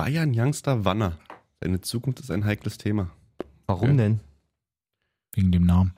Bayern-Youngster Wanner. Seine Zukunft ist ein heikles Thema. Warum denn? Wegen dem Namen.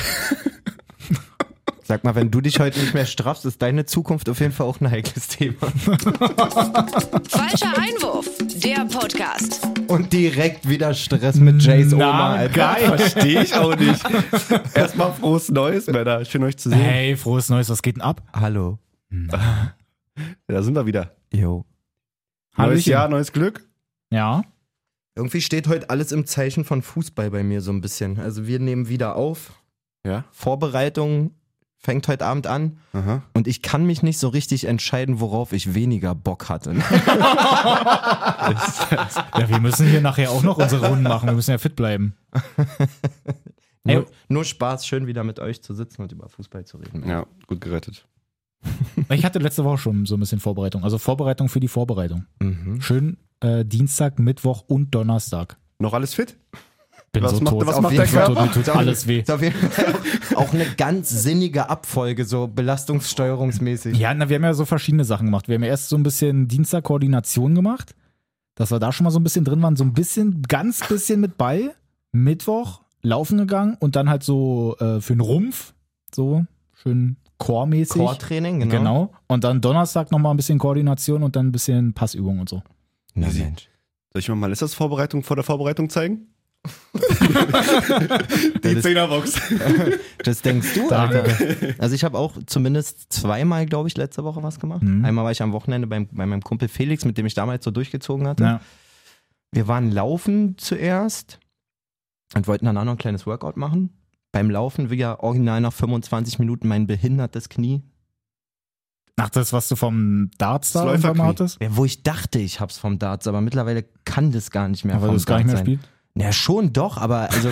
Sag mal, wenn du dich heute nicht mehr straffst, ist deine Zukunft auf jeden Fall auch ein heikles Thema. Falscher Einwurf, der Podcast. Und direkt wieder Stress mit Jays Oma, Alter. Geil, verstehe ich auch nicht. Erstmal frohes Neues, Männer. Schön euch zu sehen. Hey, frohes Neues, was geht denn ab? Hallo. Ja, da sind wir wieder. Jo. Neues Hallöchen. Jahr, neues Glück. Ja. Irgendwie steht heute alles im Zeichen von Fußball bei mir so ein bisschen. Also wir nehmen wieder auf. Ja. Vorbereitung fängt heute Abend an. Aha. Und ich kann mich nicht so richtig entscheiden, worauf ich weniger Bock hatte. Ja, wir müssen hier nachher auch noch unsere Runden machen. Wir müssen ja fit bleiben. Nur Spaß, schön wieder mit euch zu sitzen und über Fußball zu reden. Ja, gut gerettet. Ich hatte letzte Woche schon so ein bisschen Vorbereitung. Also Vorbereitung für die Vorbereitung. Mhm. Schön Dienstag, Mittwoch und Donnerstag. Noch alles fit? Bin Was so macht- tot. was Auf macht jeden der Fall Körper? tot. Mir tut alles weh. Ist auf jeden Fall auch eine ganz sinnige Abfolge, so belastungssteuerungsmäßig. Ja, na, wir haben ja so verschiedene Sachen gemacht. Wir haben ja erst so ein bisschen Dienstag Koordination gemacht, dass wir da schon mal so ein bisschen drin waren, so ein bisschen, ganz bisschen mit Ball. Mittwoch laufen gegangen und dann halt so für den Rumpf, so schön Core-mäßig. Core-Training, Genau. Und dann Donnerstag nochmal ein bisschen Koordination und dann ein bisschen Passübung und so. Na Easy. Mensch. Soll ich mal ist Vorbereitung vor der Vorbereitung zeigen? Die Das- 10er-Box. Das denkst du, Danke. Alter. Also ich habe auch zumindest zweimal, glaube ich, letzte Woche was gemacht. Mhm. Einmal war ich am Wochenende bei meinem Kumpel Felix, mit dem ich damals so durchgezogen hatte. Ja. Wir waren laufen zuerst und wollten danach noch ein kleines Workout machen. Beim Laufen wieder original nach 25 Minuten mein behindertes Knie. Ach, das, was du vom Darts da Das Läuferknie. irgendwann mal hattest? Ja, wo ich dachte, ich hab's vom Darts, aber mittlerweile kann das gar nicht mehr Ja, weil vom du es gar nicht mehr Darts sein. spielst? Ja, schon doch, aber also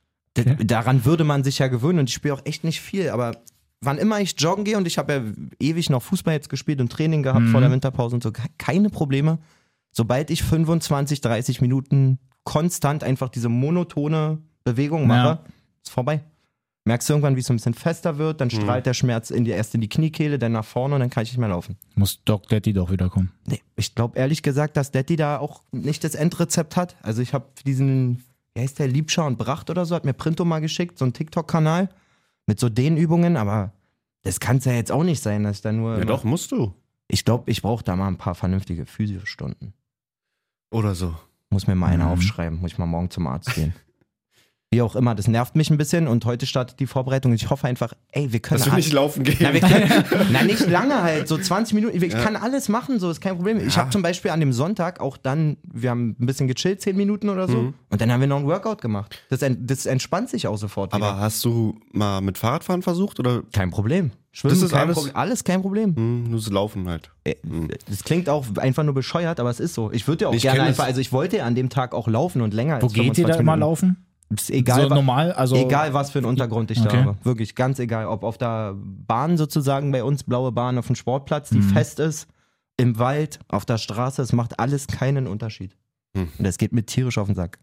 daran würde man sich ja gewöhnen und ich spiele auch echt nicht viel, aber wann immer ich joggen gehe und ich habe ja ewig noch Fußball jetzt gespielt und Training gehabt vor der Winterpause und so, keine Probleme. Sobald ich 25, 30 Minuten konstant einfach diese monotone Bewegung mache, Ja. ist vorbei. Merkst du irgendwann, wie es so ein bisschen fester wird, dann strahlt der Schmerz erst in die Kniekehle, dann nach vorne und dann kann ich nicht mehr laufen. Muss Doc Daddy doch wiederkommen. Nee, ich glaube ehrlich gesagt, dass Daddy da auch nicht das Endrezept hat. Also ich habe diesen, wie heißt der, Liebscher und Bracht oder so, hat mir Printo mal geschickt, so einen TikTok-Kanal mit so Dehnübungen, aber das kann es ja jetzt auch nicht sein, dass ich da nur... Ja, doch, musst du. Ich glaube, ich brauche da mal ein paar vernünftige Physiostunden. Oder so. Muss mir mal eine aufschreiben, muss ich mal morgen zum Arzt gehen. Wie auch immer, das nervt mich ein bisschen und heute startet die Vorbereitung und ich hoffe einfach, ey, wir können... Dass wir nicht laufen gehen. Na, wir können, na, nicht lange halt, so 20 Minuten. Ich kann alles machen, so ist kein Problem. Ich habe zum Beispiel an dem Sonntag auch dann, wir haben ein bisschen gechillt, 10 Minuten oder so. Und dann haben wir noch ein Workout gemacht. Das entspannt sich auch sofort wieder. Aber hast du mal mit Fahrradfahren versucht? Oder Kein Problem. Schwimmen, Das ist kein alles- Problem. Alles kein Problem. nur das Laufen halt? Das klingt auch einfach nur bescheuert, aber es ist so. Ich würde ja auch Ich gerne kenn einfach, das. also ich wollte ja an dem Tag auch laufen und länger Wo als geht ihr da 25 immer Minuten. laufen? Ist egal, so normal? Also egal, was für einen Untergrund ich da Okay. habe. Wirklich, ganz egal. Ob auf der Bahn sozusagen bei uns, blaue Bahn auf dem Sportplatz, die fest ist, im Wald, auf der Straße, es macht alles keinen Unterschied. Und das geht mir tierisch auf den Sack.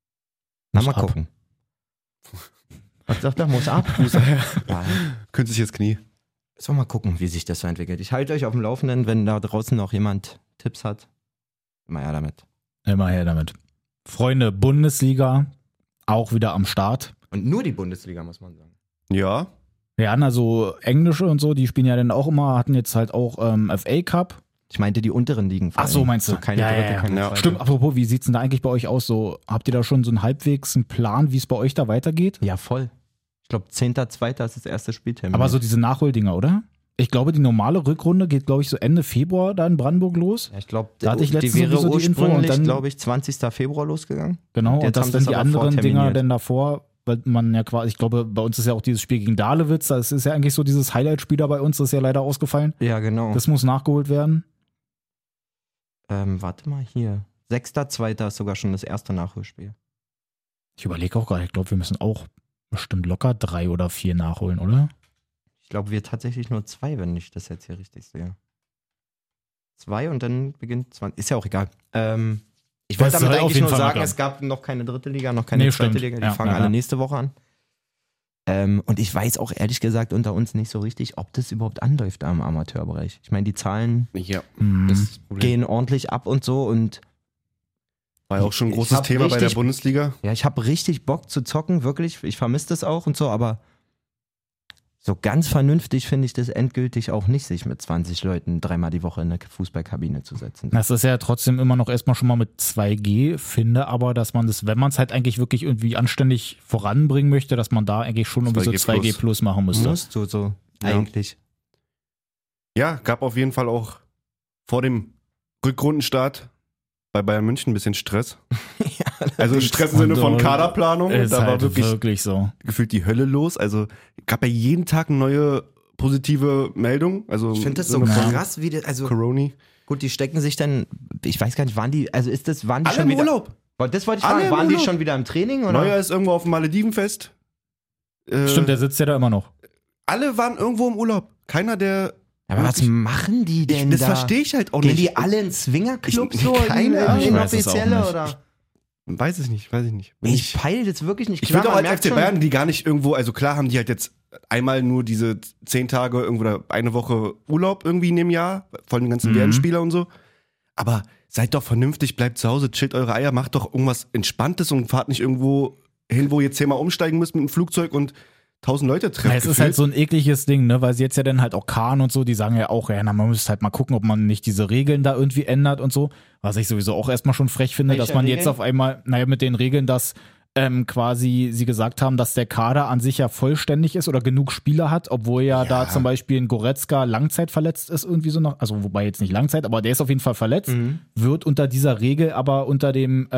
Na, Muss mal ab. gucken. Was sagt er? Muss ab? Muss ab. Ja, Künstliches Knie. sollen wir mal gucken, wie sich das so entwickelt. Ich halte euch auf dem Laufenden, wenn da draußen noch jemand Tipps hat. Immer her damit. Immer her damit. Freunde, Bundesliga auch wieder am Start. Und nur die Bundesliga, muss man sagen. Ja. Ja, also Englische und so, die spielen ja dann auch immer, hatten jetzt halt auch FA Cup. Ich meinte die unteren Ligen. vor Ach so, allem. meinst du? So keine Ja, dritte, ja, ja. keine Ja. zweite. Stimmt, apropos, wie sieht's denn da eigentlich bei euch aus? So, habt ihr da schon so einen halbwegs einen Plan, wie es bei euch da weitergeht? Ja, voll. Ich glaube, 10.2. ist das erste Spieltermin. Aber so diese Nachholdinger, oder? Ich glaube, die normale Rückrunde geht, glaube ich, so Ende Februar da in Brandenburg los. Ja, ich glaube, Da hatte ich die letztens wäre sowieso die Info ursprünglich, und dann- glaube ich, 20. Februar losgegangen. Genau, Und jetzt und dass haben dann sie die es aber anderen Dinger vorterminiert. dann davor, weil man ja quasi, ich glaube, bei uns ist ja auch dieses Spiel gegen Dahlewitz, das ist ja eigentlich so dieses Highlight-Spiel da bei uns, das ist ja leider ausgefallen. Ja, genau. Das muss nachgeholt werden. Warte mal hier. 6.2. ist sogar schon das erste Nachholspiel. Ich überlege auch gerade, ich glaube, wir müssen auch bestimmt locker 3 oder 4 nachholen, oder? Ich glaube, wir tatsächlich nur 2, wenn ich das jetzt hier richtig sehe. 2 und dann beginnt 20. Ist ja auch egal. Ich Das wollte damit soll auf eigentlich jeden nur Fall mal sagen, klappen. es gab noch keine dritte Liga, noch keine Nee, zweite stimmt. Liga. Die Ja, fangen ja, alle ja. nächste Woche an. Und ich weiß auch ehrlich gesagt unter uns nicht so richtig, ob das überhaupt anläuft da im Amateurbereich. Ich meine, die Zahlen Ja. Mhm. Das ist das Problem. gehen ordentlich ab und so und War ja auch schon ein Ich großes hab Thema bei der richtig- Bundesliga. Ja, ich habe richtig Bock zu zocken, wirklich. Ich vermisse das auch und so, aber so ganz vernünftig finde ich das endgültig auch nicht, sich mit 20 Leuten dreimal die Woche in eine Fußballkabine zu setzen. Das ist ja trotzdem immer noch erstmal schon mal mit 2G, finde aber, dass man das, wenn man es halt eigentlich wirklich irgendwie anständig voranbringen möchte, dass man da eigentlich schon irgendwie so 2G 2G plus machen müsste. Musst du so Ja. eigentlich. Ja, gab auf jeden Fall auch vor dem Rückrundenstart bei Bayern München ein bisschen Stress. Also Stress im Sinne von Kaderplanung. Ist Da war halt wirklich wirklich so. gefühlt die Hölle los. Also gab ja jeden Tag eine neue positive Meldung. Also Ich finde das im so Sinne von krass, wie das, also Corona. gut, die stecken sich dann, ich weiß gar nicht, waren die Alle schon im wieder, Urlaub. Das wollte ich Alle fragen, im waren die Urlaub. schon wieder im Training oder? Neuer ist irgendwo auf dem Maledivenfest. Stimmt, der sitzt ja da immer noch. Alle waren irgendwo im Urlaub. Keiner, der. Aber was machen die denn das da? verstehe ich halt auch Gehen nicht. die alle in Swingerclubs Ich- so? keine Ahnung. Ich weiß es auch Inoffizielle nicht. oder? Weiß ich nicht. Bin Ich peile das wirklich nicht. Ich Klar, würde auch man als merkt FC schon- Bayern, die gar nicht irgendwo, also klar haben die halt jetzt einmal nur diese 10 Tage irgendwo oder eine Woche Urlaub irgendwie in dem Jahr, von den ganzen WM-Spieler und so. Aber seid doch vernünftig, bleibt zu Hause, chillt eure Eier, macht doch irgendwas Entspanntes und fahrt nicht irgendwo hin, wo ihr 10-mal umsteigen müsst mit dem Flugzeug und 1000 Leute treffen. Ja, es ist halt so ein ekliges Ding, ne, weil sie jetzt ja dann halt auch Kahn und so, die sagen ja auch, ja, na, man müsste halt mal gucken, ob man nicht diese Regeln da irgendwie ändert und so. Was ich sowieso auch erstmal schon frech finde, Welche dass man jetzt Regeln? auf einmal, naja, mit den Regeln, dass quasi sie gesagt haben, dass der Kader an sich ja vollständig ist oder genug Spieler hat, obwohl ja da zum Beispiel ein Goretzka Langzeit verletzt ist, irgendwie so noch, also wobei jetzt nicht Langzeit, aber der ist auf jeden Fall verletzt, wird unter dieser Regel aber unter den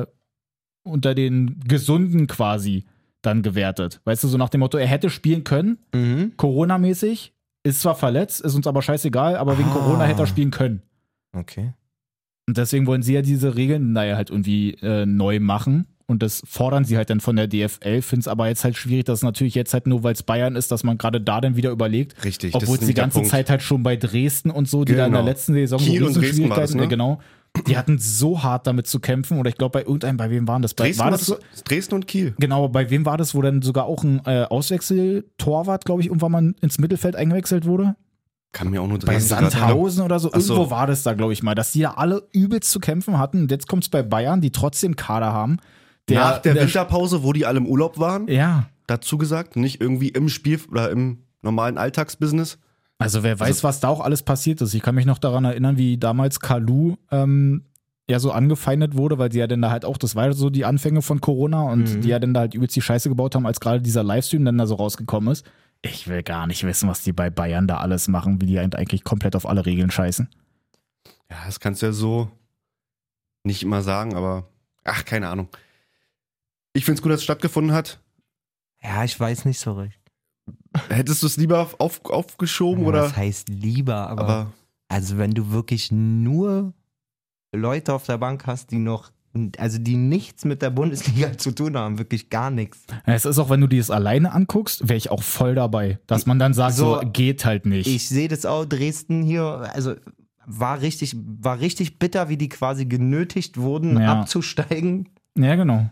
Gesunden quasi dann gewertet. Weißt du, so nach dem Motto, er hätte spielen können, Corona-mäßig, ist zwar verletzt, ist uns aber scheißegal, aber wegen Corona hätte er spielen können. Okay. Und deswegen wollen sie ja diese Regeln naja halt irgendwie neu machen. Und das fordern sie halt dann von der DFL. Finde es aber jetzt halt schwierig, dass es natürlich jetzt halt nur, weil es Bayern ist, dass man gerade da dann wieder überlegt. Richtig, das Obwohl ist es die nicht der ganze Punkt. Zeit halt schon bei Dresden und so, die da in der Genau. letzten Saison Kiel so und Dresden war das, Riesenschwierigkeiten, ne? genau. Die hatten so hart damit zu kämpfen. Oder ich glaube, bei wem waren das? Dresden, War das so? Dresden und Kiel. Genau, bei wem war das, wo dann sogar auch ein Auswechseltorwart, glaube ich, irgendwann mal ins Mittelfeld eingewechselt wurde? Kann mir auch nur Bei Dresden gerade- Sandhausen oder so. Ach so. Irgendwo war das da, glaube ich mal, dass die da alle übelst zu kämpfen hatten. Und jetzt kommt es bei Bayern, die trotzdem Kader haben. Nach der Winterpause, wo die alle im Urlaub waren, Ja. dazu gesagt, nicht irgendwie im Spiel oder im normalen Alltagsbusiness. Also wer weiß, was da auch alles passiert ist. Ich kann mich noch daran erinnern, wie damals Kalu ja so angefeindet wurde, weil sie ja dann da halt auch, das war so die Anfänge von Corona und die ja dann da halt übelst die Scheiße gebaut haben, als gerade dieser Livestream dann da so rausgekommen ist. Ich will gar nicht wissen, was die bei Bayern da alles machen, wie die eigentlich komplett auf alle Regeln scheißen. Ja, das kannst du ja so nicht immer sagen, aber ach, keine Ahnung. Ich finde es gut, dass es stattgefunden hat. Ja, ich weiß nicht so recht. Hättest du es lieber aufgeschoben Ja, oder? das heißt lieber, Aber also wenn du wirklich nur Leute auf der Bank hast, die nichts mit der Bundesliga zu tun haben, wirklich gar nichts. Es ist auch, wenn du dir das alleine anguckst, wäre ich auch voll dabei, dass man dann sagt, so, geht halt nicht. Ich sehe das auch, Dresden hier, also war richtig bitter, wie die quasi genötigt wurden, Ja. abzusteigen. Ja, genau.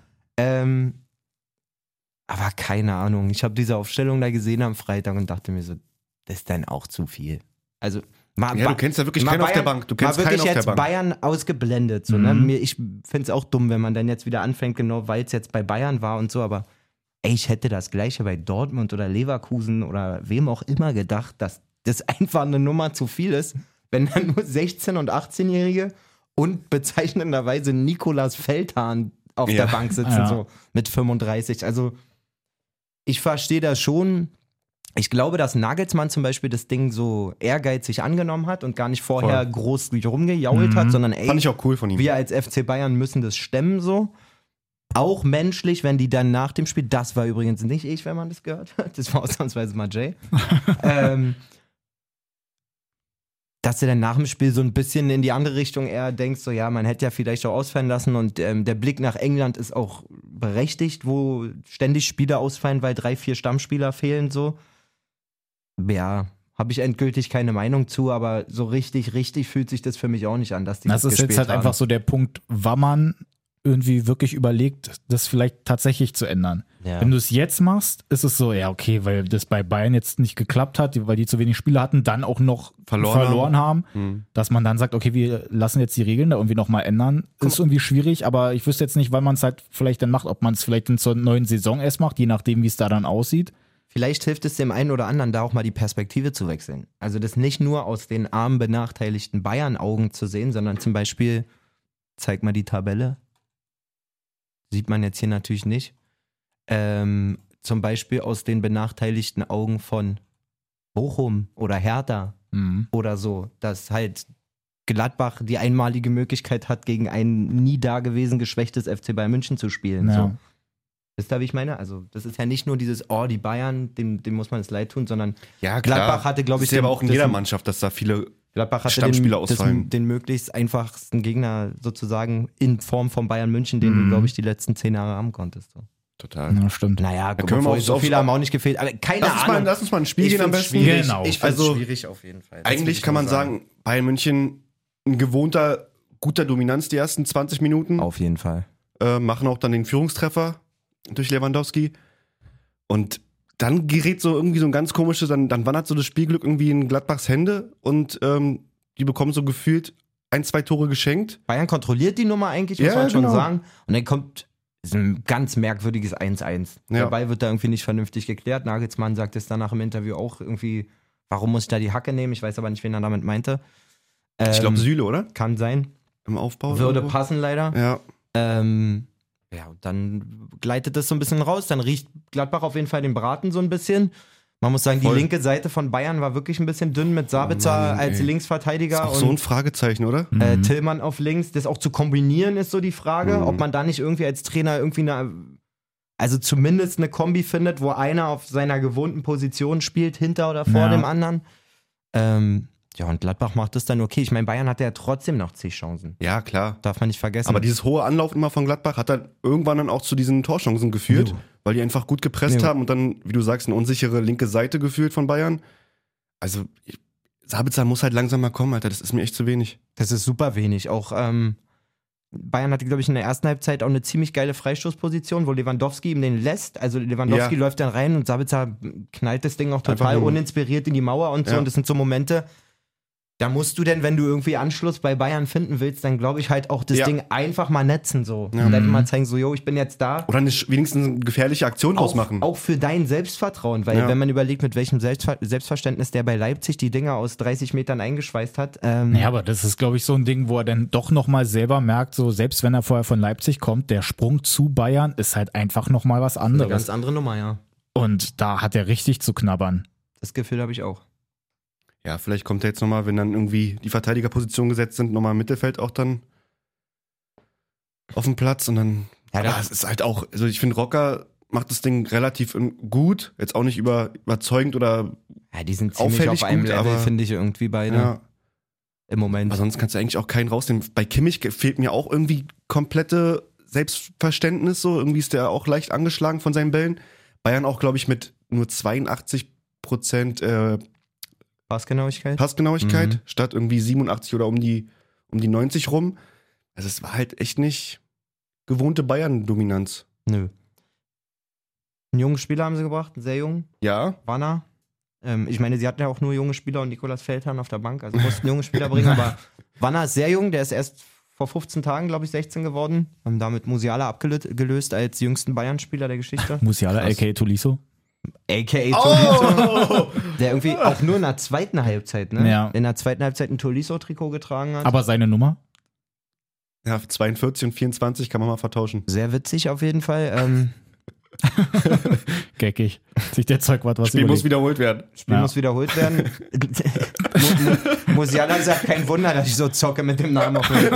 Aber keine Ahnung, ich habe diese Aufstellung da gesehen am Freitag und dachte mir so, das ist dann auch zu viel. Also mal, ja, du kennst ja wirklich mal keinen auf der Bayern- Bank. Du kennst mal keinen wirklich auf der jetzt Bank. Bayern ausgeblendet. So, ne? Ich finde es auch dumm, wenn man dann jetzt wieder anfängt, genau weil es jetzt bei Bayern war und so, aber ey, ich hätte das Gleiche bei Dortmund oder Leverkusen oder wem auch immer gedacht, dass das einfach eine Nummer zu viel ist, wenn dann nur 16- und 18-Jährige und bezeichnenderweise Nikolas Feldhahn auf Ja. der Bank sitzen, Ja. so mit 35. Also ich verstehe das schon. Ich glaube, dass Nagelsmann zum Beispiel das Ding so ehrgeizig angenommen hat und gar nicht vorher groß rumgejault hat, sondern ey, Fand ich auch cool von ihm. wir als FC Bayern müssen das stemmen so. Auch menschlich, wenn die dann nach dem Spiel, das war übrigens nicht ich, wenn man das gehört hat, das war ausnahmsweise mal Jay, dass du dann nach dem Spiel so ein bisschen in die andere Richtung eher denkst, so ja, man hätte ja vielleicht auch ausfallen lassen und der Blick nach England ist auch berechtigt, wo ständig Spieler ausfallen, weil 3-4 Stammspieler fehlen so. Ja, habe ich endgültig keine Meinung zu, aber so richtig fühlt sich das für mich auch nicht an, dass die Das ist jetzt gespielt halt einfach so der Punkt, wann man irgendwie wirklich überlegt, das vielleicht tatsächlich zu ändern. Ja. Wenn du es jetzt machst, ist es so, ja, okay, weil das bei Bayern jetzt nicht geklappt hat, weil die zu wenig Spieler hatten, dann auch noch verloren haben, dass man dann sagt, okay, wir lassen jetzt die Regeln da irgendwie nochmal ändern. Ist irgendwie schwierig, aber ich wüsste jetzt nicht, weil man es halt vielleicht dann macht, ob man es vielleicht zur neuen Saison erst macht, je nachdem, wie es da dann aussieht. Vielleicht hilft es dem einen oder anderen, da auch mal die Perspektive zu wechseln. Also das nicht nur aus den armen, benachteiligten Bayern-Augen zu sehen, sondern zum Beispiel, zeig mal die Tabelle. Sieht man jetzt hier natürlich nicht. Zum Beispiel aus den benachteiligten Augen von Bochum oder Hertha oder so, dass halt Gladbach die einmalige Möglichkeit hat, gegen ein nie dagewesen geschwächtes FC Bayern München zu spielen. Ja. So. Wisst ihr, wie ich meine? Also das ist ja nicht nur dieses, die Bayern, dem muss man es leid tun, sondern Ja, Gladbach hatte, glaube ich, das ist ja aber auch in jeder Mannschaft, dass da viele Gladbach hatte Stammspieler ausfallen. den möglichst einfachsten Gegner sozusagen in Form von Bayern München, den du, glaube ich, die letzten 10 Jahre haben konntest. So. Total. Ja, stimmt. Naja, können wir auch so viele haben auch nicht gefehlt. Aber keine Ahnung. Lass uns mal ein Spiel gehen am besten. Genau. Ich find's Also, schwierig auf jeden Fall. Eigentlich kann man sagen, Bayern München ein gewohnter, guter Dominanz die ersten 20 Minuten. Auf jeden Fall. Machen auch dann den Führungstreffer durch Lewandowski. Und dann gerät so irgendwie so ein ganz komisches, dann wandert so das Spielglück irgendwie in Gladbachs Hände und die bekommen so gefühlt 1-2 Tore geschenkt. Bayern kontrolliert die Nummer eigentlich, muss Ja, man schon genau. sagen. Und dann kommt so ein ganz merkwürdiges 1-1. Ja. Der Ball wird da irgendwie nicht vernünftig geklärt. Nagelsmann sagt es danach im Interview auch irgendwie, warum muss ich da die Hacke nehmen? Ich weiß aber nicht, wen er damit meinte. Ich glaube Süle, oder? Kann sein. Im Aufbau. Würde irgendwo. passen leider. Ja. Ja, und dann gleitet das so ein bisschen raus. Dann riecht Gladbach auf jeden Fall den Braten so ein bisschen. Man muss sagen, Voll. die linke Seite von Bayern war wirklich ein bisschen dünn mit Sabitzer Mann, als ey. Linksverteidiger Ist auch so ein und Fragezeichen, oder? Tillmann auf links. Das auch zu kombinieren ist so die Frage, ob man da nicht irgendwie als Trainer irgendwie also zumindest eine Kombi findet, wo einer auf seiner gewohnten Position spielt, hinter oder vor Ja. dem anderen. Ja, und Gladbach macht das dann okay. Ich meine, Bayern hatte ja trotzdem noch zig Chancen. Ja, klar. Darf man nicht vergessen. Aber dieses hohe Anlauf immer von Gladbach hat dann irgendwann dann auch zu diesen Torchancen geführt, Jo. weil die einfach gut gepresst Jo. haben und dann, wie du sagst, eine unsichere linke Seite geführt von Bayern. Also, Sabitzer muss halt langsam mal kommen, Alter. Das ist mir echt zu wenig. Das ist super wenig. Auch Bayern hatte, glaube ich, in der ersten Halbzeit auch eine ziemlich geile Freistoßposition, wo Lewandowski ihm den lässt. Also Lewandowski Ja. läuft dann rein und Sabitzer knallt das Ding auch total Einfach nur- uninspiriert in die Mauer und so. Ja. Und das sind so Momente, da musst du denn, wenn du irgendwie Anschluss bei Bayern finden willst, dann glaube ich halt auch das Ja. Ding einfach mal netzen so. Ja. Und einfach mal zeigen so, yo, ich bin jetzt da. Oder wenigstens eine gefährliche Aktion draus machen. Auch für dein Selbstvertrauen, weil Ja. wenn man überlegt, mit welchem Selbstverständnis der bei Leipzig die Dinger aus 30 Metern eingeschweißt hat. Ja, aber das ist, glaube ich, so ein Ding, wo er dann doch nochmal selber merkt, so selbst wenn er vorher von Leipzig kommt, der Sprung zu Bayern ist halt einfach nochmal was eine ganz anderes. andere Nummer, ja. Und da hat er richtig zu knabbern. Das Gefühl habe ich auch. Ja, vielleicht kommt er jetzt nochmal, wenn dann irgendwie die Verteidigerpositionen gesetzt sind, nochmal im Mittelfeld auch dann auf dem Platz und dann. Ja, aber es ist halt auch, also ich finde, Rocker macht das Ding relativ gut, jetzt auch nicht überzeugend oder Ja, die sind ziemlich auffällig auf einem gut, Level, aber- finde ich irgendwie beide ja. im Moment. Aber sonst kannst du eigentlich auch keinen rausnehmen. Bei Kimmich fehlt mir auch irgendwie komplette Selbstverständnis so. Irgendwie ist der auch leicht angeschlagen von seinen Bällen. Bayern auch, glaube ich, mit nur 82% Passgenauigkeit? Passgenauigkeit statt irgendwie 87 oder um die 90 rum. Also es war halt echt nicht gewohnte Bayern-Dominanz. Nö. Einen jungen Spieler haben sie gebracht, einen sehr jungen, Ja, Wanner. Ich meine, sie hatten ja auch nur junge Spieler und Nikolas Feldhahn auf der Bank, also mussten junge Spieler bringen, aber Wanner ist sehr jung, der ist erst vor 15 Tagen, glaube ich, 16 geworden. Haben damit Musiala abgelöst als jüngsten Bayern-Spieler der Geschichte. Musiala, Krass. a.k.a. Tolisso. A.k.a. Tolisso, der irgendwie auch nur in der zweiten Halbzeit, ne? Ja. In der zweiten Halbzeit ein Tolisso-Trikot getragen hat. Aber seine Nummer? Ja, 42 und 24 kann man mal vertauschen. Sehr witzig auf jeden Fall. Geckig. Sich der Zeug was Spiel muss überlegt. wiederholt werden. Spiel Ja. muss wiederholt werden. Musiala sagt, kein Wunder, dass ich so zocke mit dem Namen auf dem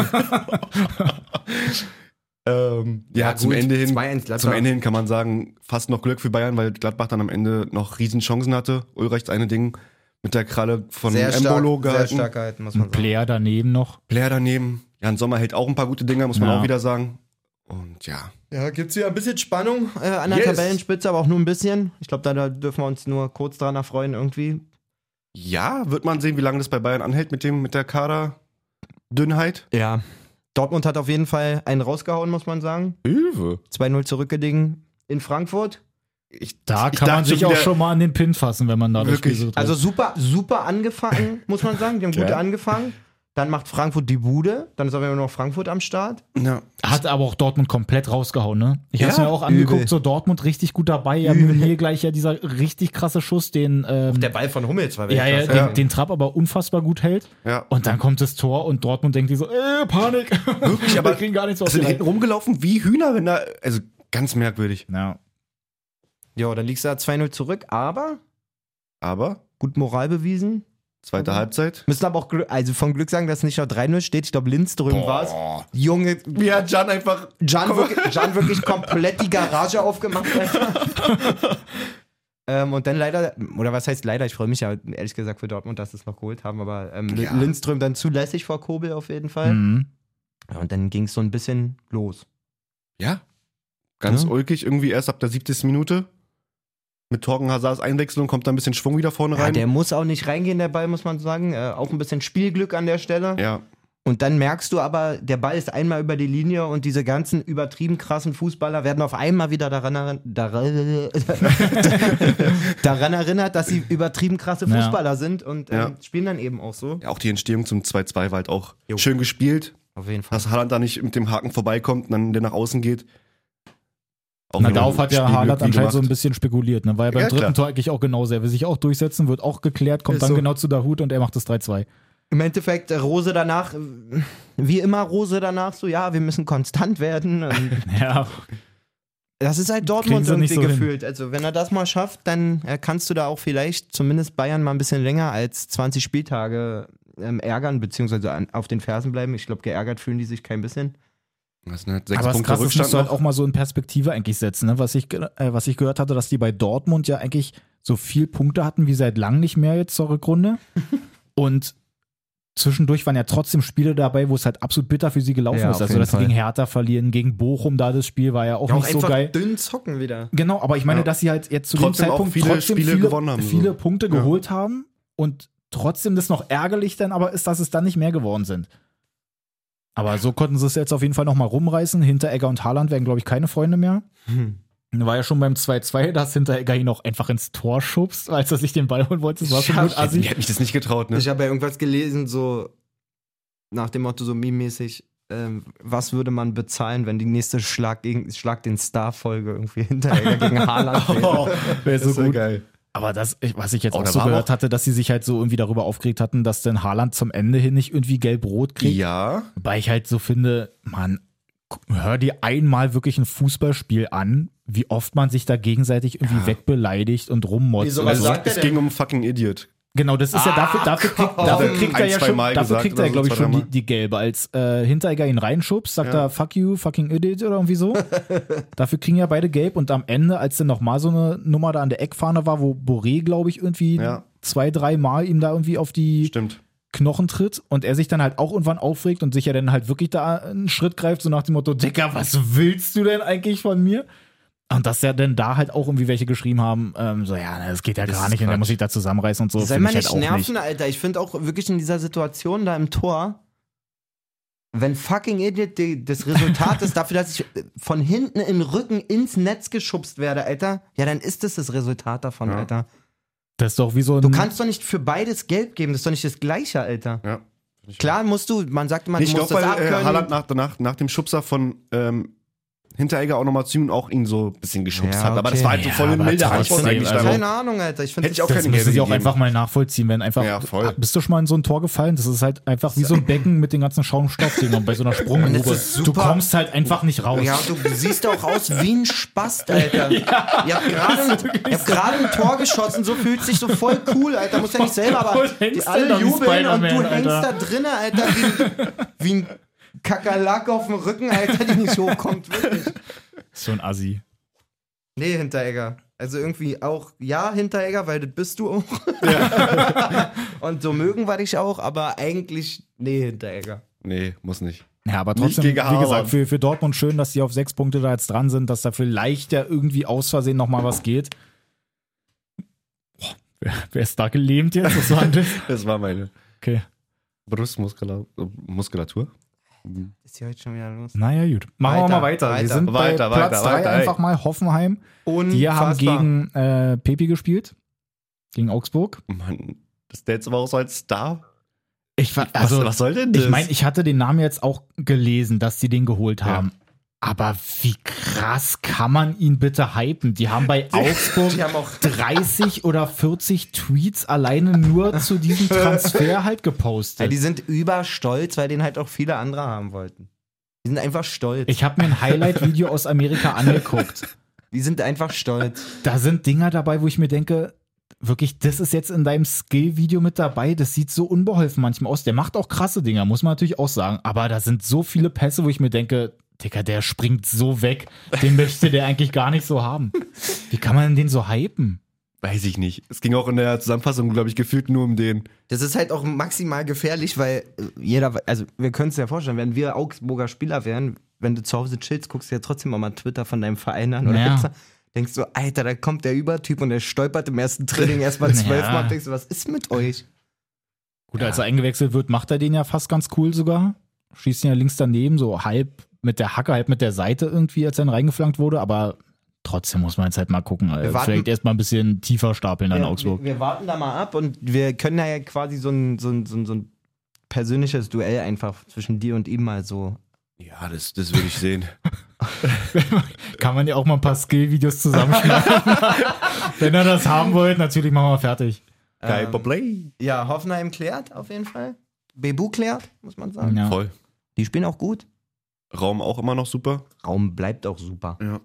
Ja, zum gut, Ende 2-1 Gladbach. zum Ende hin kann man sagen, fast noch Glück für Bayern, weil Gladbach dann am Ende noch riesen Chancen hatte. Ulreichs eine Ding mit der Kralle von Embolo gehalten. sehr stark gehalten, muss man Ein sagen. Player daneben noch. Blair daneben. Jan Sommer hält auch ein paar gute Dinger, muss man Ja. auch wieder sagen. Und ja. Ja, gibt's hier ein bisschen Spannung an der Yes. Tabellenspitze, aber auch nur ein bisschen. Ich glaube, da dürfen wir uns nur kurz dran erfreuen irgendwie. Ja, wird man sehen, wie lange das bei Bayern anhält mit der Kaderdünnheit. Ja. Dortmund hat auf jeden Fall einen rausgehauen, muss man sagen. Hilfe. 2-0 zurückgelegen. in Frankfurt. Da Ich kann man dachte sich schon auch wieder- schon mal an den Pin fassen, wenn man da das Spiel Wirklich? so trifft. Also super angefangen, muss man sagen. Die haben gut Ja. angefangen. Dann macht Frankfurt die Bude. Dann ist aber immer noch Frankfurt am Start. Ja. Hat aber auch Dortmund komplett rausgehauen, ne? Ich hab's Ja, mir auch angeguckt, übel. so Dortmund richtig gut dabei. Ja, Übel. Meunier gleich ja dieser richtig krasse Schuss, den Der Ball von Hummels war ja, Weltklasse. den Trapp aber unfassbar gut hält. Ja. Und dann kommt das Tor und Dortmund denkt sich so, Panik. Wirklich, aber wir kriegen gar nichts aus sind dem hinten rumgelaufen wie Hühner, wenn da, also ganz merkwürdig. Ja. Ja, dann liegst du da 2-0 zurück, aber Aber, gut Moral bewiesen. zweite Halbzeit. Müssen aber auch also vom Glück sagen, dass nicht noch 3-0 steht. Ich glaube, Lindström war es. Junge, Wie hat Can einfach. Can wirklich komplett die Garage aufgemacht. Alter. Und dann leider, oder was heißt leider, ich freue mich ja ehrlich gesagt für Dortmund, dass sie es noch geholt haben, aber Ja. Lindström dann zulässig vor Kobel auf jeden Fall. Mhm. Ja, und dann ging es so ein bisschen los. Ja. Ganz Ja. ulkig, irgendwie erst ab der 70. Minute. Mit Torgen Hazards Einwechslung kommt da ein bisschen Schwung wieder vorne Ja, rein. der muss auch nicht reingehen, der Ball, muss man sagen. Auch ein bisschen Spielglück an der Stelle. Ja. Und dann merkst du aber, der Ball ist einmal über die Linie und diese ganzen übertrieben krassen Fußballer werden auf einmal wieder daran erinnert, dass sie übertrieben krasse Ja. Fußballer sind und Ja. spielen dann eben auch so. Ja, auch die Entstehung zum 2-2 war halt auch Jo. schön gespielt. Auf jeden Fall. Dass Haaland da nicht mit dem Haken vorbeikommt und dann der nach außen geht. Auch Na, wieder darauf hat ja Spielglück Haaland wie anscheinend so ein gemacht. bisschen spekuliert, ne? War ja beim Ja, dritten klar. Tor eigentlich auch genauso. Er will sich auch durchsetzen, wird auch geklärt, kommt Ist dann so. genau zu Dahoud und er macht das 3-2. Im Endeffekt, Rose danach, wie immer Rose danach, so, ja, wir müssen konstant werden. Und Ja, das ist halt Kriegen Dortmund sie nicht irgendwie so hin. gefühlt. Also, wenn er das mal schafft, dann kannst du da auch vielleicht zumindest Bayern mal ein bisschen länger als 20 Spieltage ärgern, beziehungsweise auf den Fersen bleiben. Ich glaube, geärgert fühlen die sich kein bisschen. Das sind halt 6 aber das Punkte Krasse ist, musst Rückstand du halt noch. auch mal so in Perspektive eigentlich setzen, ne? Was ich gehört hatte, dass die bei Dortmund ja eigentlich so viel Punkte hatten wie seit langem nicht mehr jetzt zur Rückrunde. Und zwischendurch waren ja trotzdem Spiele dabei, wo es halt absolut bitter für sie gelaufen Ja, ist. auf Also, jeden dass sie Fall. gegen Hertha verlieren, gegen Bochum da das Spiel war ja auch nicht so geil. dünn zocken wieder. Genau, aber ich meine, Ja. dass sie halt jetzt zu Trotzdem dem auch Zeitpunkt viele trotzdem Spiele gewonnen haben, so. viele Punkte Ja. geholt haben und trotzdem das noch ärgerlich dann aber ist, dass es dann nicht mehr geworden sind. Aber so konnten sie es jetzt auf jeden Fall nochmal rumreißen. Hinteregger und Haaland werden, glaube ich, keine Freunde mehr. War ja schon beim 2-2, dass Hinteregger ihn auch einfach ins Tor schubst, als er sich den Ball holen wollte. Das war schon Ja, gut assi. Ich hätte mich das nicht getraut, ne? Ich habe ja irgendwas gelesen, so nach dem Motto, so meme-mäßig, was würde man bezahlen, wenn die nächste Schlag den Star-Folge irgendwie Hinteregger gegen Haaland wäre. Wäre so Das wär gut. geil. Aber das, was ich jetzt Oh, auch da so war gehört auch- hatte, dass sie sich halt so irgendwie darüber aufgeregt hatten, dass dann Haaland zum Ende hin nicht irgendwie gelb-rot kriegt. Ja. Wobei ich halt so finde, man, hör dir einmal wirklich ein Fußballspiel an, wie oft man sich da gegenseitig irgendwie wegbeleidigt und rummotzt. Wieso, oder was so. sagt er Es denn? ging um fucking Idiot. Genau, das ist ja dafür kriegt er Ein, ja zwei schon, Mal dafür gesagt kriegt er, oder so, glaube ich, zwei, schon dreimal. die gelbe. Als Hinteregger ihn reinschubst, sagt Ja. er, fuck you, fucking idiot oder irgendwie so. Dafür kriegen ja beide gelb und am Ende, als dann nochmal so eine Nummer da an der Eckfahne war, wo Boré, glaube ich, irgendwie Ja. 2-3 Mal ihm da irgendwie auf die Stimmt. Knochen tritt und er sich dann halt auch irgendwann aufregt und sich ja dann halt wirklich da einen Schritt greift, so nach dem Motto, Dicker, was willst du denn eigentlich von mir? Und dass ja dann da halt auch irgendwie welche geschrieben haben, so, ja, das geht ja Das gar ist nicht und der Quatsch. muss sich da zusammenreißen und so. Soll Find man ich nicht halt auch nerven, Alter. Ich finde auch wirklich in dieser Situation da im Tor, wenn fucking Idiot das Resultat ist dafür, dass ich von hinten in den Rücken ins Netz geschubst werde, Alter, ja, dann ist das Resultat davon, Ja. Alter. Das ist doch wie so ein. Du kannst doch nicht für beides gelb geben, das ist doch nicht das Gleiche, Alter. Ja. Klar musst du, man sagt immer, Ich du musst glaube, das weil abkönnen. Haaland nach dem Schubser von Hinteregger auch nochmal zu ihm und auch ihn so ein bisschen geschubst Ja, hat. Aber okay. das war halt so Ja, voll eine aber milde trotzdem, Antwort eigentlich also- darauf. Keine Ahnung, Alter. Ich finde Hätte ich auch Das keine müssen gelbe sie auch gegeben. einfach mal nachvollziehen, wenn einfach. Ja, voll. Bist du schon mal in so ein Tor gefallen? Das ist halt einfach wie so ein Becken mit den ganzen Schaumstoffdingern bei so einer Und Sprunggrube. das ist Du super. kommst halt einfach nicht raus. Ja, du siehst auch aus wie ein Spast, Alter. Ihr habt gerade ein Tor geschossen, so fühlt sich so voll cool, Alter. Muss ja nicht selber, aber Und hängst die dann alle da wie jubeln und du Spider-Man, hängst Alter. da drinnen, Alter, wie ein Kakerlak auf dem Rücken, Alter, die nicht hochkommt, wirklich. So ein Assi. Nee, Hinteregger. Also irgendwie auch, ja, Hinteregger, weil das bist du auch. Und so mögen wir dich auch, aber eigentlich, nee, Hinteregger. Nee, muss nicht. Ja, aber Nicht trotzdem, gegen wie gesagt, Haaland. für Dortmund schön, dass sie auf 6 Punkte da jetzt dran sind, dass da vielleicht ja irgendwie aus Versehen nochmal was geht. Boah, wer ist da gelähmt jetzt? Was war denn das? Das war meine Okay. Brustmuskulatur. Ist hier heute schon wieder los? Naja, gut. Machen wir mal weiter. Wir sind bei Platz 3 einfach mal Hoffenheim. Die haben gegen Pepi gespielt. Gegen Augsburg. Mann, das der jetzt aber auch so als Star. Was soll denn das? Ich meine, ich hatte den Namen jetzt auch gelesen, dass die den geholt haben. Aber wie krass kann man ihn bitte hypen? Die haben bei Augsburg 30 oder 40 Tweets alleine nur zu diesem Transfer halt gepostet. Ja, die sind überstolz, weil den halt auch viele andere haben wollten. Die sind einfach stolz. Ich habe mir ein Highlight-Video aus Amerika angeguckt. Die sind einfach stolz. Da sind Dinger dabei, wo ich mir denke, wirklich, das ist jetzt in deinem Skill-Video mit dabei. Das sieht so unbeholfen manchmal aus. Der macht auch krasse Dinger, muss man natürlich auch sagen. Aber da sind so viele Pässe, wo ich mir denke, Digga, der springt so weg. Den möchte der eigentlich gar nicht so haben. Wie kann man denn den so hypen? Weiß ich nicht. Es ging auch in der Zusammenfassung, glaube ich, gefühlt nur um den. Das ist halt auch maximal gefährlich, weil wir können es ja vorstellen, wenn wir Augsburger Spieler wären, wenn du zu Hause chillst, guckst du ja trotzdem auch mal Twitter von deinem Verein an oder Insta, denkst du, Alter, da kommt der Übertyp und der stolpert im ersten Training erstmal 12 Mal und denkst du, was ist mit euch? Gut, als er eingewechselt wird, macht er den ja fast ganz cool sogar. Schießt ihn ja links daneben, so halb mit der Hacke, halb mit der Seite irgendwie, als er dann reingeflankt wurde, aber trotzdem muss man jetzt halt mal gucken. Vielleicht erst mal ein bisschen tiefer stapeln an Augsburg. Wir warten da mal ab und wir können ja quasi so ein persönliches Duell einfach zwischen dir und ihm mal so. Ja, das würde ich sehen. Kann man ja auch mal ein paar Skill-Videos zusammenschneiden. Wenn ihr das haben wollt, natürlich machen wir fertig. Geil, Play. Ja, Hoffenheim klärt auf jeden Fall. Bebu klärt, muss man sagen. Ja. Voll. Die spielen auch gut. Raum auch immer noch super. Raum bleibt auch super. Ja.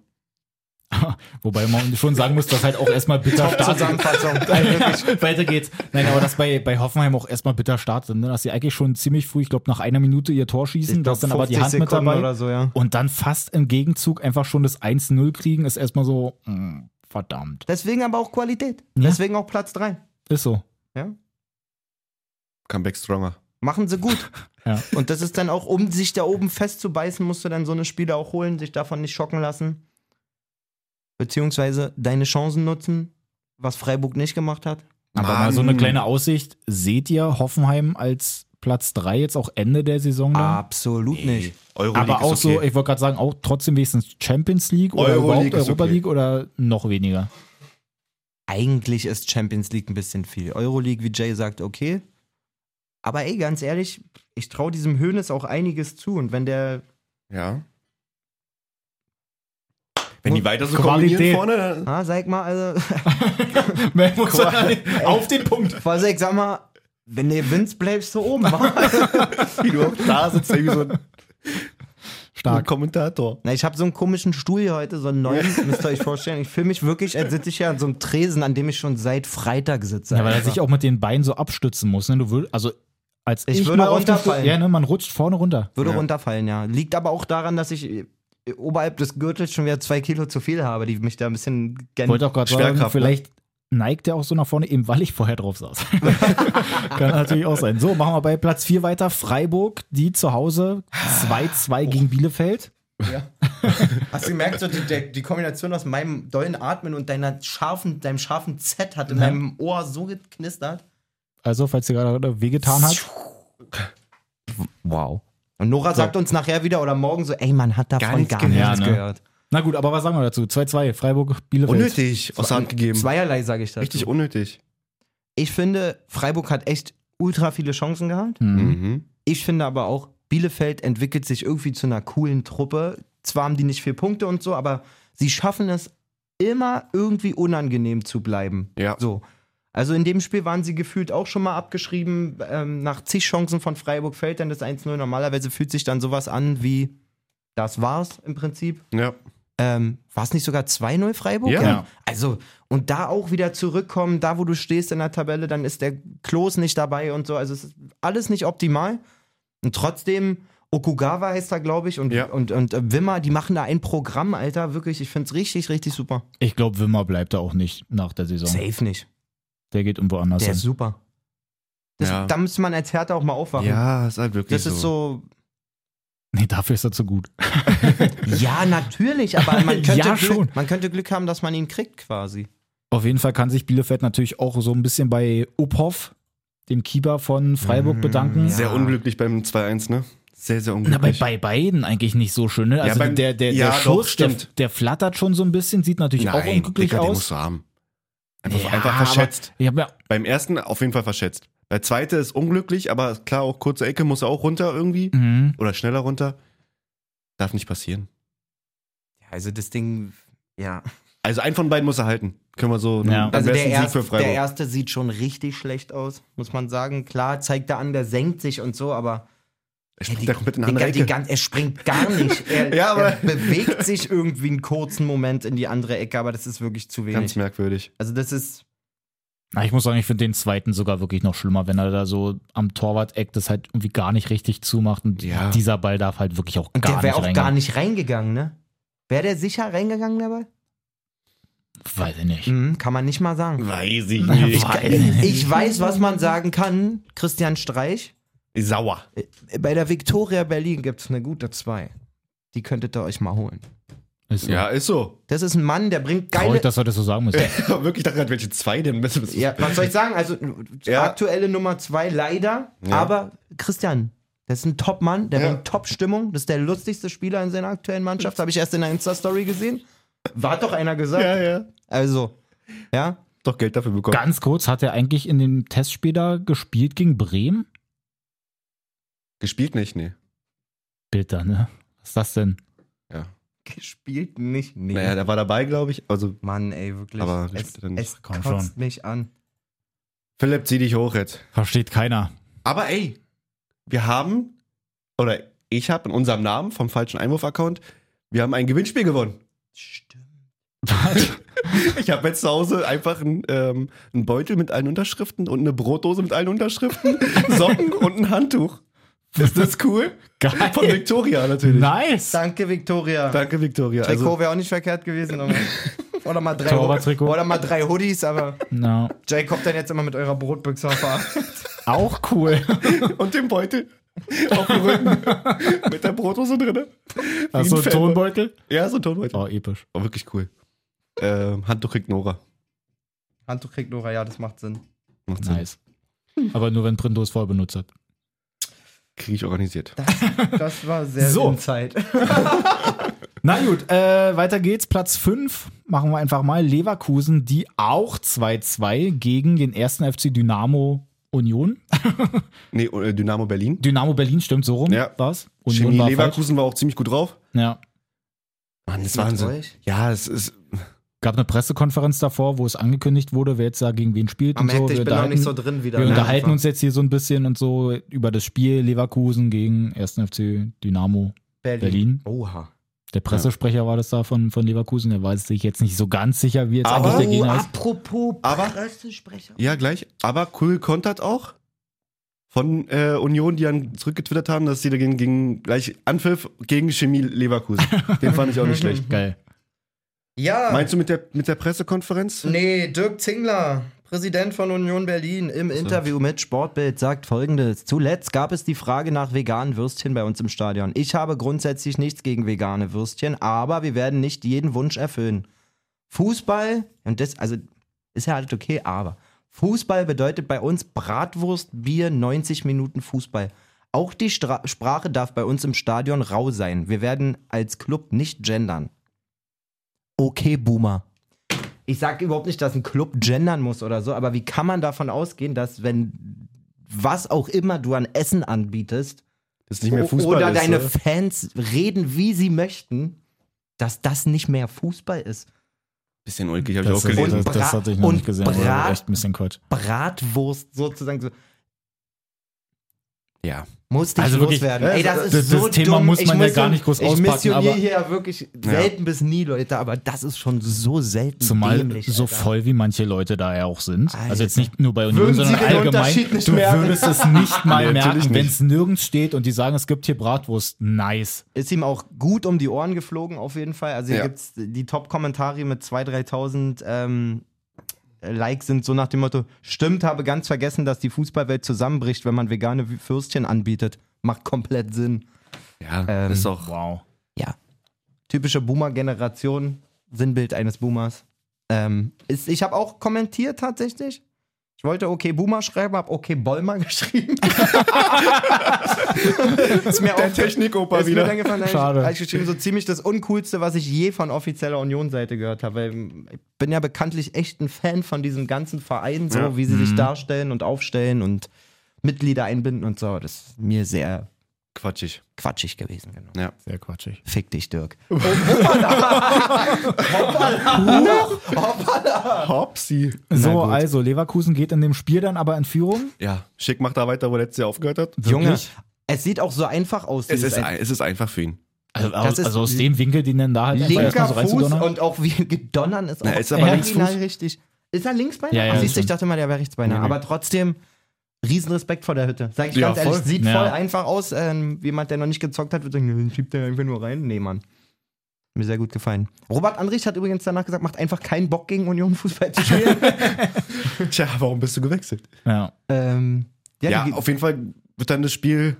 Wobei man schon sagen muss, dass halt auch erstmal bitter startet. Zusammenfassung. Weiter geht's. Nein, aber dass bei Hoffenheim auch erstmal bitter startet, ne? Dass sie eigentlich schon ziemlich früh, ich glaube nach einer Minute ihr Tor schießen, dass dann aber die Hand mit dabei oder so, ja. und dann fast im Gegenzug einfach schon das 1-0 kriegen, ist erstmal so, verdammt. Deswegen aber auch Qualität. Ja. Deswegen auch Platz 3. Ist so. Ja. Comeback stronger. Machen sie gut. Ja. Und das ist dann auch, um sich da oben festzubeißen, musst du dann so eine Spiele auch holen, sich davon nicht schocken lassen. Beziehungsweise deine Chancen nutzen, was Freiburg nicht gemacht hat. Aber mal so eine kleine Aussicht. Seht ihr Hoffenheim als Platz 3 jetzt auch Ende der Saison dann? Absolut nicht. Euroleague Aber auch ist okay. so, ich wollte gerade sagen, auch trotzdem wenigstens Champions League oder Euroleague überhaupt ist Europa okay. League oder noch weniger? Eigentlich ist Champions League ein bisschen viel. Euroleague, wie Jay sagt, okay. Aber ey, ganz ehrlich, ich traue diesem Hoeneß auch einiges zu. Und wenn der Ja. Wenn die weiter so Qualität. kombinieren vorne, sag mal, also, Auf den Punkt. also ich sag mal, wenn du gewinnst, bleibst du oben. wie du auch da sitzt, wie so ein Stark. Kommentator. Na, ich habe so einen komischen Stuhl hier heute, so einen neuen, müsst ihr euch vorstellen. Ich fühle mich wirklich, als sitze ich hier an so einem Tresen, an dem ich schon seit Freitag sitze. Ja, weil er einfach. sich auch mit den Beinen so abstützen muss. Ne? Du würdest, also als Ich ich würde mal auf den runterfallen. Ja, ne, man rutscht vorne runter. Würde Ja. runterfallen, ja. Liegt aber auch daran, dass ich oberhalb des Gürtels schon wieder 2 Kilo zu viel habe, die mich da ein bisschen Ich wollte auch gerade sagen, Schwerkraft, vielleicht neigt er auch so nach vorne, eben weil ich vorher drauf saß. Kann natürlich auch sein. So, machen wir bei Platz 4 weiter. Freiburg, die zu Hause 2-2 gegen Bielefeld. Hast du gemerkt, so die Kombination aus meinem dollen Atmen und deinem scharfen Z hat in meinem Ohr so geknistert. Also, falls ihr gerade wehgetan hat. Wow. Und Nora sagt uns nachher wieder oder morgen so, ey, man hat davon gar genau. nichts Ja, ne? gehört. Na gut, aber was sagen wir dazu? 2-2, Freiburg, Bielefeld. Unnötig aus der Hand gegeben. Zweierlei sage ich dazu. Richtig unnötig. Ich finde, Freiburg hat echt ultra viele Chancen gehabt. Mhm. Ich finde aber auch, Bielefeld entwickelt sich irgendwie zu einer coolen Truppe. Zwar haben die nicht 4 Punkte und so, aber sie schaffen es immer irgendwie unangenehm zu bleiben. Ja. So. Also in dem Spiel waren sie gefühlt auch schon mal abgeschrieben. Nach zig Chancen von Freiburg fällt dann das 1-0. Normalerweise fühlt sich dann sowas an wie, das war's im Prinzip. Ja. War es nicht sogar 2-0 Freiburg? Ja. Also, und da auch wieder zurückkommen, da wo du stehst in der Tabelle, dann ist der Klos nicht dabei und so. Also es ist alles nicht optimal. Und trotzdem, Okugawa heißt da, glaube ich, und, Ja. und Wimmer, die machen da ein Programm, Alter. Wirklich, ich finde es richtig, richtig super. Ich glaube, Wimmer bleibt da auch nicht nach der Saison. Safe nicht. Der geht irgendwo anders Der hin. ist super. Ja. Da müsste man als Hertha auch mal aufwachen. Ja, ist halt wirklich Das ist so, Nee, dafür ist er zu gut. ja, natürlich, aber man könnte, Ja, Glück, schon. man könnte Glück haben, dass man ihn kriegt quasi. Auf jeden Fall kann sich Bielefeld natürlich auch so ein bisschen bei Uphoff, dem Keeper von Freiburg, bedanken. ja. Sehr unglücklich beim 2-1, ne? Sehr, sehr Na, unglücklich. bei beiden eigentlich nicht so schön, ne? Also beim- der ja, doch, Schuss, stimmt. der flattert schon so ein bisschen, sieht natürlich auch unglücklich Digga, den aus. musst du haben. Ja, Einfach verschätzt. Aber, ja, Beim ersten auf jeden Fall verschätzt. Der zweite ist unglücklich, aber klar, auch kurze Ecke muss er auch runter irgendwie. mhm. Oder schneller runter. Darf nicht passieren. Also das Ding, ja. Also einen von beiden muss er halten. Können wir so Ja. am Also besten der Sieg für Freiburg. erste sieht schon richtig schlecht aus, muss man sagen. Klar, zeigt er an, der senkt sich und so, aber Er springt da komplett in eine Digga, andere Ecke. er springt gar nicht. Ja, aber- Er bewegt sich irgendwie einen kurzen Moment in die andere Ecke, aber das ist wirklich zu Ganz wenig. merkwürdig. Also das ist, Na, ich muss sagen, ich finde den zweiten sogar wirklich noch schlimmer, wenn er da so am Torwart-Eck das halt irgendwie gar nicht richtig zumacht und Ja. dieser Ball darf halt wirklich auch und gar der nicht wäre auch reingehen. gar nicht reingegangen, ne? Wäre der sicher reingegangen dabei? Weiß ich nicht. Kann man nicht mal sagen. Weiß ich Ich weiß, was man sagen kann. Christian Streich. Sauer. Bei der Viktoria Berlin gibt es eine gute 2. Die könntet ihr euch mal holen. Ist so. Ja, ist so. Das ist ein Mann, der bringt Traurig, geile. dass wir das so sagen müssen. Wirklich dachte gerade, welche zwei denn? Ja, was soll ich sagen? Also Ja. aktuelle Nummer 2 leider. Ja. Aber Christian, das ist ein Top-Mann, der Ja. bringt Top-Stimmung. Das ist der lustigste Spieler in seiner aktuellen Mannschaft. Habe ich erst in der Insta-Story gesehen. Hat doch einer gesagt. Ja. Also, ja. Doch Geld dafür bekommen. Ganz kurz, hat er eigentlich in dem Testspiel da gespielt gegen Bremen? Gespielt nicht, nee. Bitter, ne? Was ist das denn? Gespielt nicht. Nee. Naja, der war dabei, glaube ich. Also, Mann, ey, wirklich. Aber es gespielt hat er nicht. es Komm kotzt schon. mich an. Philipp, zieh dich hoch jetzt. Versteht keiner. Aber ey, wir haben, oder ich habe in unserem Namen vom falschen Einwurf-Account, wir haben ein Gewinnspiel gewonnen. Stimmt. Ich habe jetzt zu Hause einfach einen Beutel mit allen Unterschriften und eine Brotdose mit allen Unterschriften, Socken und ein Handtuch. Ist das cool? Geil. Von Victoria natürlich. Nice. Danke, Viktoria. Danke, Victoria. Trikot Also, wäre auch nicht verkehrt gewesen. Aber oder, mal drei Torwarttrikot. oder mal 3 Hoodies, aber No. Jay kommt dann jetzt immer mit eurer Brotbüchse auf. Auch cool. und den Beutel auf dem Rücken mit der Brotdose drin. Hast du einen Tonbeutel? Ja, so ein Tonbeutel. Oh, episch. War wirklich cool. Handtuch kriegt Nora. Handtuch kriegt Nora, ja, das macht Sinn. Macht Sinn. Nice. Aber nur wenn Printo es voll benutzt hat. Krieg ich organisiert. Das war sehr So. Sinnzeit. Na gut, weiter geht's. Platz 5 machen wir einfach mal. Leverkusen, die auch 2-2 gegen den ersten FC Dynamo Union. Nee, Dynamo Berlin. Dynamo Berlin, stimmt so rum. Ja. Was? Chemie war Leverkusen war auch ziemlich gut drauf. falsch. Ja. Mann, das ist Mit Wahnsinn. euch? Ja, es ist. Gab eine Pressekonferenz davor, wo es angekündigt wurde, wer jetzt da gegen wen spielt Am und so. Ende, ich bin noch nicht so drin wieder. Wir ne? unterhalten Einfach. uns jetzt hier so ein bisschen und so über das Spiel Leverkusen gegen 1. FC Dynamo Berlin. Oha. Der Pressesprecher war das da von Leverkusen, der weiß sich jetzt nicht so ganz sicher, wie jetzt Aber- eigentlich der Oh, Gegner ist. apropos Aber- Pressesprecher. Ja, gleich. Aber cool kontert auch von Union, die dann zurückgetwittert haben, dass sie dagegen gegen gleich Anpfiff gegen Chemie Leverkusen. Den fand ich auch nicht schlecht. Geil. Ja. Meinst du mit der Pressekonferenz? Nee, Dirk Zingler, Präsident von Union Berlin, im Interview mit Sportbild sagt Folgendes. Zuletzt gab es die Frage nach veganen Würstchen bei uns im Stadion. Ich habe grundsätzlich nichts gegen vegane Würstchen, aber wir werden nicht jeden Wunsch erfüllen. Fußball, und das, also ist ja halt okay, aber Fußball bedeutet bei uns Bratwurst, Bier, 90 Minuten Fußball. Auch die Sprache darf bei uns im Stadion rau sein. Wir werden als Club nicht gendern. Okay, Boomer. Ich sage überhaupt nicht, dass ein Club gendern muss oder so, aber wie kann man davon ausgehen, dass wenn was auch immer du an Essen anbietest Das ist nicht mehr Fußball. oder ist, deine oder? Fans reden, wie sie möchten, dass das nicht mehr Fußball ist. Bisschen ulkig, habe ich Das, auch gelesen. Und das hatte ich noch und nicht gesehen, aber Brat- echt ein bisschen Quatsch. Bratwurst sozusagen so. Ja. Musste ich Also wirklich, loswerden. Ey, das ist das so Thema dumm. muss man ja gar nicht groß ich auspacken, missioniere aber- hier ja wirklich selten bis nie, Leute, aber das ist schon so selten Zumal dämlich. so Alter. voll wie manche Leute da ja auch sind. Alter. Also jetzt nicht nur bei Union, Würden Sie sondern den allgemein. Unterschied nicht Du merken? würdest es nicht mal Nee, natürlich merken, wenn nicht. es nirgends steht und die sagen, es gibt hier Bratwurst. Nice. Ist ihm auch gut um die Ohren geflogen, auf jeden Fall. Also hier Ja. gibt's die Top-Kommentare mit 2.000, 3.000 Likes sind so nach dem Motto, stimmt, habe ganz vergessen, dass die Fußballwelt zusammenbricht, wenn man vegane Würstchen anbietet. Macht komplett Sinn. Ja, ist doch. Wow. Ja. Typische Boomer-Generation, Sinnbild eines Boomers. Ich habe auch kommentiert tatsächlich. Ich wollte okay Boomer schreiben, hab okay Bollmer geschrieben. Ist mir Der auch Technikoper ist mir wieder. dann gefallen, Schade. hab ich geschrieben, so ziemlich das Uncoolste, was ich je von offizieller Union-Seite gehört habe. Weil ich bin ja bekanntlich echt ein Fan von diesem ganzen Verein, so Ja. wie sie sich darstellen und aufstellen und Mitglieder einbinden und so. Das ist mir sehr Quatschig. quatschig gewesen. Genau. Ja. Sehr quatschig. Fick dich, Dirk. Hopsi. So, Na gut. also Leverkusen geht in dem Spiel dann aber in Führung. Ja, Schick macht da weiter, wo er letztes Jahr aufgehört hat. Junge, es sieht auch so einfach aus. Es dieses ist einfach für ihn. Also, Das ist aus dem Winkel, den dann da halt einfach linker erstmal so Fuß reinzudonnern. und auch wie ein Gedonnern ist auch Na, er ist aber original Linksfuß. richtig. Ist er Linksbeiner? Ja, ja, Ach, siehst du, ich stimmt. dachte mal, der wäre Rechtsbeiner. Nee. Aber trotzdem, Riesenrespekt vor der Hütte. Sag ich Ja, ganz ehrlich, voll. sieht Ja. voll einfach aus. Jemand, der noch nicht gezockt hat, wird sagen, schiebt der einfach nur rein. Nee, Mann. Mir sehr gut gefallen. Robert Andrich hat übrigens danach gesagt, macht einfach keinen Bock gegen Union Fußball zu spielen. Tja, warum bist du gewechselt? Ja. Ja, die- auf jeden Fall wird dann das Spiel.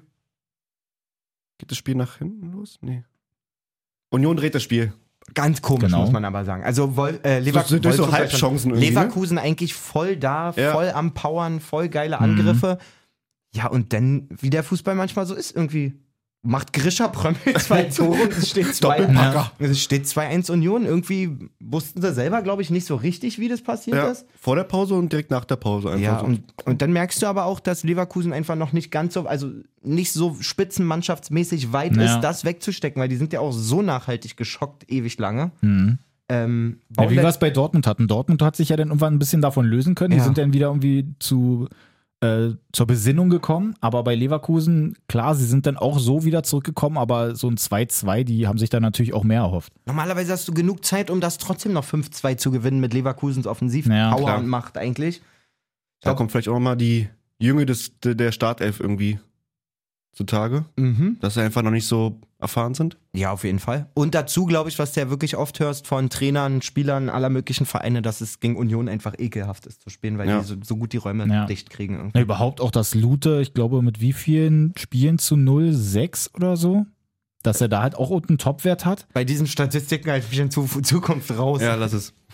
Geht das Spiel nach hinten los? Nee. Union dreht das Spiel. ganz komisch, Genau. muss man aber sagen. Also Durch so Wolfsburg Halbchancen irgendwie. Leverkusen eigentlich voll da, Ja. voll am Powern, voll geile Angriffe. Ja, und dann, wie der Fußball manchmal so ist, irgendwie macht Grisha Prömmel 2 Tore und es steht 2 Doppelpacker. Es steht 2-1 Union. Irgendwie wussten sie selber, glaube ich, nicht so richtig, wie das passiert Ja, ist. vor der Pause und direkt nach der Pause einfach. Ja, so. und dann merkst du aber auch, dass Leverkusen einfach noch nicht ganz so, also nicht so spitzenmannschaftsmäßig weit Ja. ist, das wegzustecken, weil die sind ja auch so nachhaltig geschockt, ewig lange. Mhm. Ja, Bauen wie dann- wir es bei Dortmund hatten. Dortmund hat sich ja dann irgendwann ein bisschen davon lösen können. Die Ja. sind dann wieder irgendwie zur Besinnung gekommen. Aber bei Leverkusen, klar, sie sind dann auch so wieder zurückgekommen, aber so ein 2-2, die haben sich dann natürlich auch mehr erhofft. Normalerweise hast du genug Zeit, um das trotzdem noch 5-2 zu gewinnen mit Leverkusens Ja, Offensivpower klar. und Macht eigentlich. Da kommt vielleicht auch nochmal die Jünger der Startelf irgendwie zutage, dass sie einfach noch nicht so erfahren sind. Ja, auf jeden Fall. Und dazu, glaube ich, was du ja wirklich oft hörst von Trainern, Spielern aller möglichen Vereine, dass es gegen Union einfach ekelhaft ist zu spielen, weil Ja. die so gut die Räume Ja. dicht kriegen. Irgendwie. Ja, überhaupt auch das Lute, ich glaube, mit wie vielen Spielen zu 0,6 oder so, dass er da halt auch unten Topwert hat. Bei diesen Statistiken halt ich in Zukunft raus. Ja, lass es.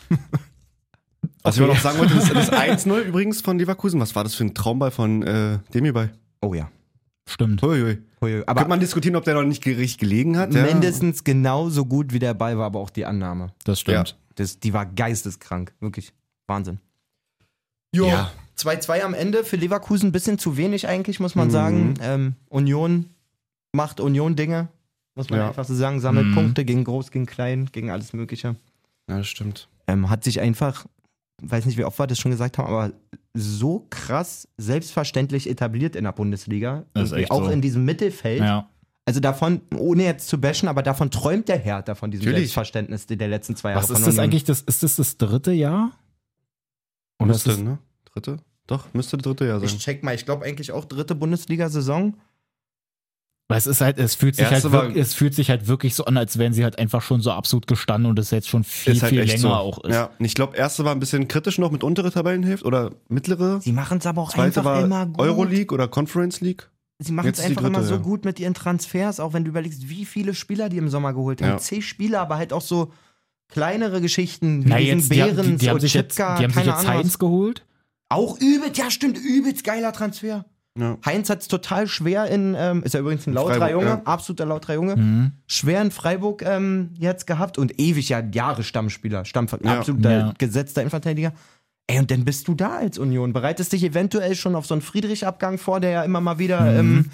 Was ich aber noch sagen wollte, das 1-0 übrigens von Leverkusen, was war das für ein Traumball von Demirbay? Oh ja. Stimmt. Huiui. Aber Könnte man diskutieren, ob der noch nicht richtig gelegen hat? Ja. mindestens genauso gut wie der Ball war aber auch die Annahme. Das stimmt. Die war geisteskrank. Wirklich. Wahnsinn. Ja. 2-2 am Ende für Leverkusen ein bisschen zu wenig eigentlich, muss man sagen. Union macht Union-Dinge, muss man Ja. einfach so sagen. Sammelt Punkte gegen Groß, gegen Klein, gegen alles Mögliche. Ja, das stimmt. Hat sich einfach, weiß nicht, wie oft wir das schon gesagt haben, aber so krass selbstverständlich etabliert in der Bundesliga. Das ist Irgendwie echt auch so. in diesem Mittelfeld. Ja. Also davon, ohne jetzt zu bashen, aber davon träumt der Hertha von diesem Natürlich. Selbstverständnis der letzten 2 Jahre. Was von ist das Union. eigentlich? Ist das dritte Jahr? Oder ist Müsste, das, ne? Dritte? Doch, müsste der dritte Jahr sein. Ich check mal, ich glaube eigentlich auch dritte Bundesliga-Saison. weil es ist halt, es fühlt sich Erste halt, war- es fühlt sich halt wirklich so an, als wären sie halt einfach schon so absolut gestanden und es jetzt schon viel, Ist halt viel echt länger so. auch ist. Ja, und ich glaube, erste war ein bisschen kritisch noch mit untere Tabellenhälfte oder mittlere. Sie machen es aber auch Zweite einfach war immer gut. Euroleague oder Conference League. Sie machen es Jetzt die einfach immer dritte, so ja. gut mit ihren Transfers, auch wenn du überlegst, wie viele Spieler die im Sommer geholt haben. Ja. 10 Spieler, aber halt auch so kleinere Geschichten, wie Na, diesen jetzt, die haben Behrens die haben und sich jetzt, Chipka, die haben sich keine jetzt Ahnung Heinz was. geholt. Auch übelst, ja stimmt, übelst geiler Transfer. Ja. Heinz hat es total schwer ist ja übrigens ein lauterer Freiburg, Junge, ja. absoluter lauterer Junge. Mhm. Schwer in Freiburg jetzt gehabt und ewig Jahre Stammspieler, absoluter Ja. gesetzter Innenverteidiger. Ey, und dann bist du da als Union, bereitest dich eventuell schon auf so einen Friedrich-Abgang vor, der ja immer mal wieder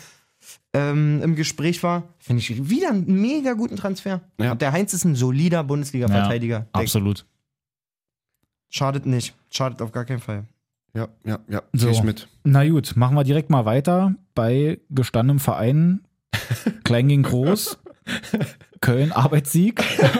im Gespräch war. Finde ich wieder einen mega guten Transfer. Ja. Und der Heinz ist ein solider Bundesliga-Verteidiger. Der Absolut. schadet nicht, schadet auf gar keinen Fall. Ja, So. Zieh ich mit. Na gut, machen wir direkt mal weiter bei gestandenem Verein. Klein gegen Groß. Köln, Arbeitssieg.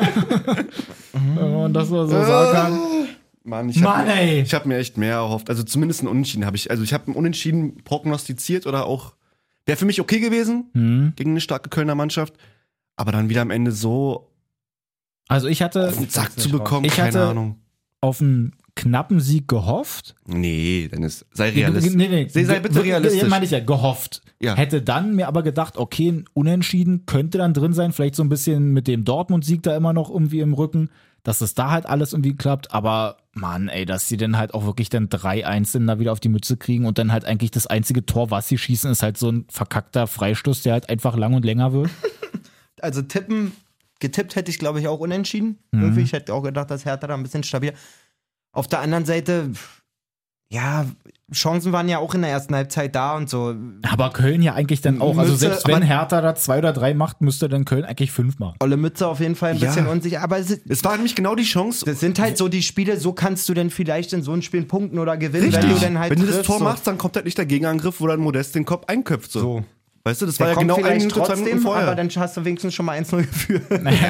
Wenn man das so sagen kann. Mann, Mann, ey! Ich habe mir echt mehr erhofft. Also zumindest ein Unentschieden habe ich. Also ich habe ein Unentschieden prognostiziert oder auch. Wäre für mich okay gewesen Hm. gegen eine starke Kölner Mannschaft. Aber dann wieder am Ende so Also ich hatte auf den Sack nicht zu bekommen, Ich keine hatte- Ahnung. auf ein knappen Sieg gehofft. Nee, Dennis, sei realistisch. Nee. Sei bitte realistisch. Ja, meine ich ja, gehofft. Ja. Hätte dann mir aber gedacht, okay, ein Unentschieden könnte dann drin sein, vielleicht so ein bisschen mit dem Dortmund-Sieg da immer noch irgendwie im Rücken, dass es da halt alles irgendwie klappt, aber Mann, ey, dass sie dann halt auch wirklich dann 3-1 dann da wieder auf die Mütze kriegen und dann halt eigentlich das einzige Tor, was sie schießen, ist halt so ein verkackter Freistoß, der halt einfach lang und länger wird. Also getippt hätte ich, glaube ich, auch unentschieden. Irgendwie, ich hätte auch gedacht, dass Hertha da ein bisschen stabiler. Auf der anderen Seite, ja, Chancen waren ja auch in der ersten Halbzeit da und so. Aber Köln ja eigentlich dann auch, also selbst wenn Hertha da 2 oder 3 macht, müsste dann Köln eigentlich 5 machen. Olle Mütze auf jeden Fall ein bisschen unsicher, aber es war nämlich genau die Chance. Das sind halt so die Spiele, so kannst du denn vielleicht in so einem Spiel punkten oder gewinnen, Richtig. wenn du dann halt wenn du das triffst, Tor so. machst, dann kommt halt nicht der Gegenangriff, wo dann Modest den Kopf einköpft. So. Weißt du, das Der war ja kommt genau eine vielleicht Minute, 2 Minuten trotzdem, vorher. aber dann hast du wenigstens schon mal 1-0 geführt.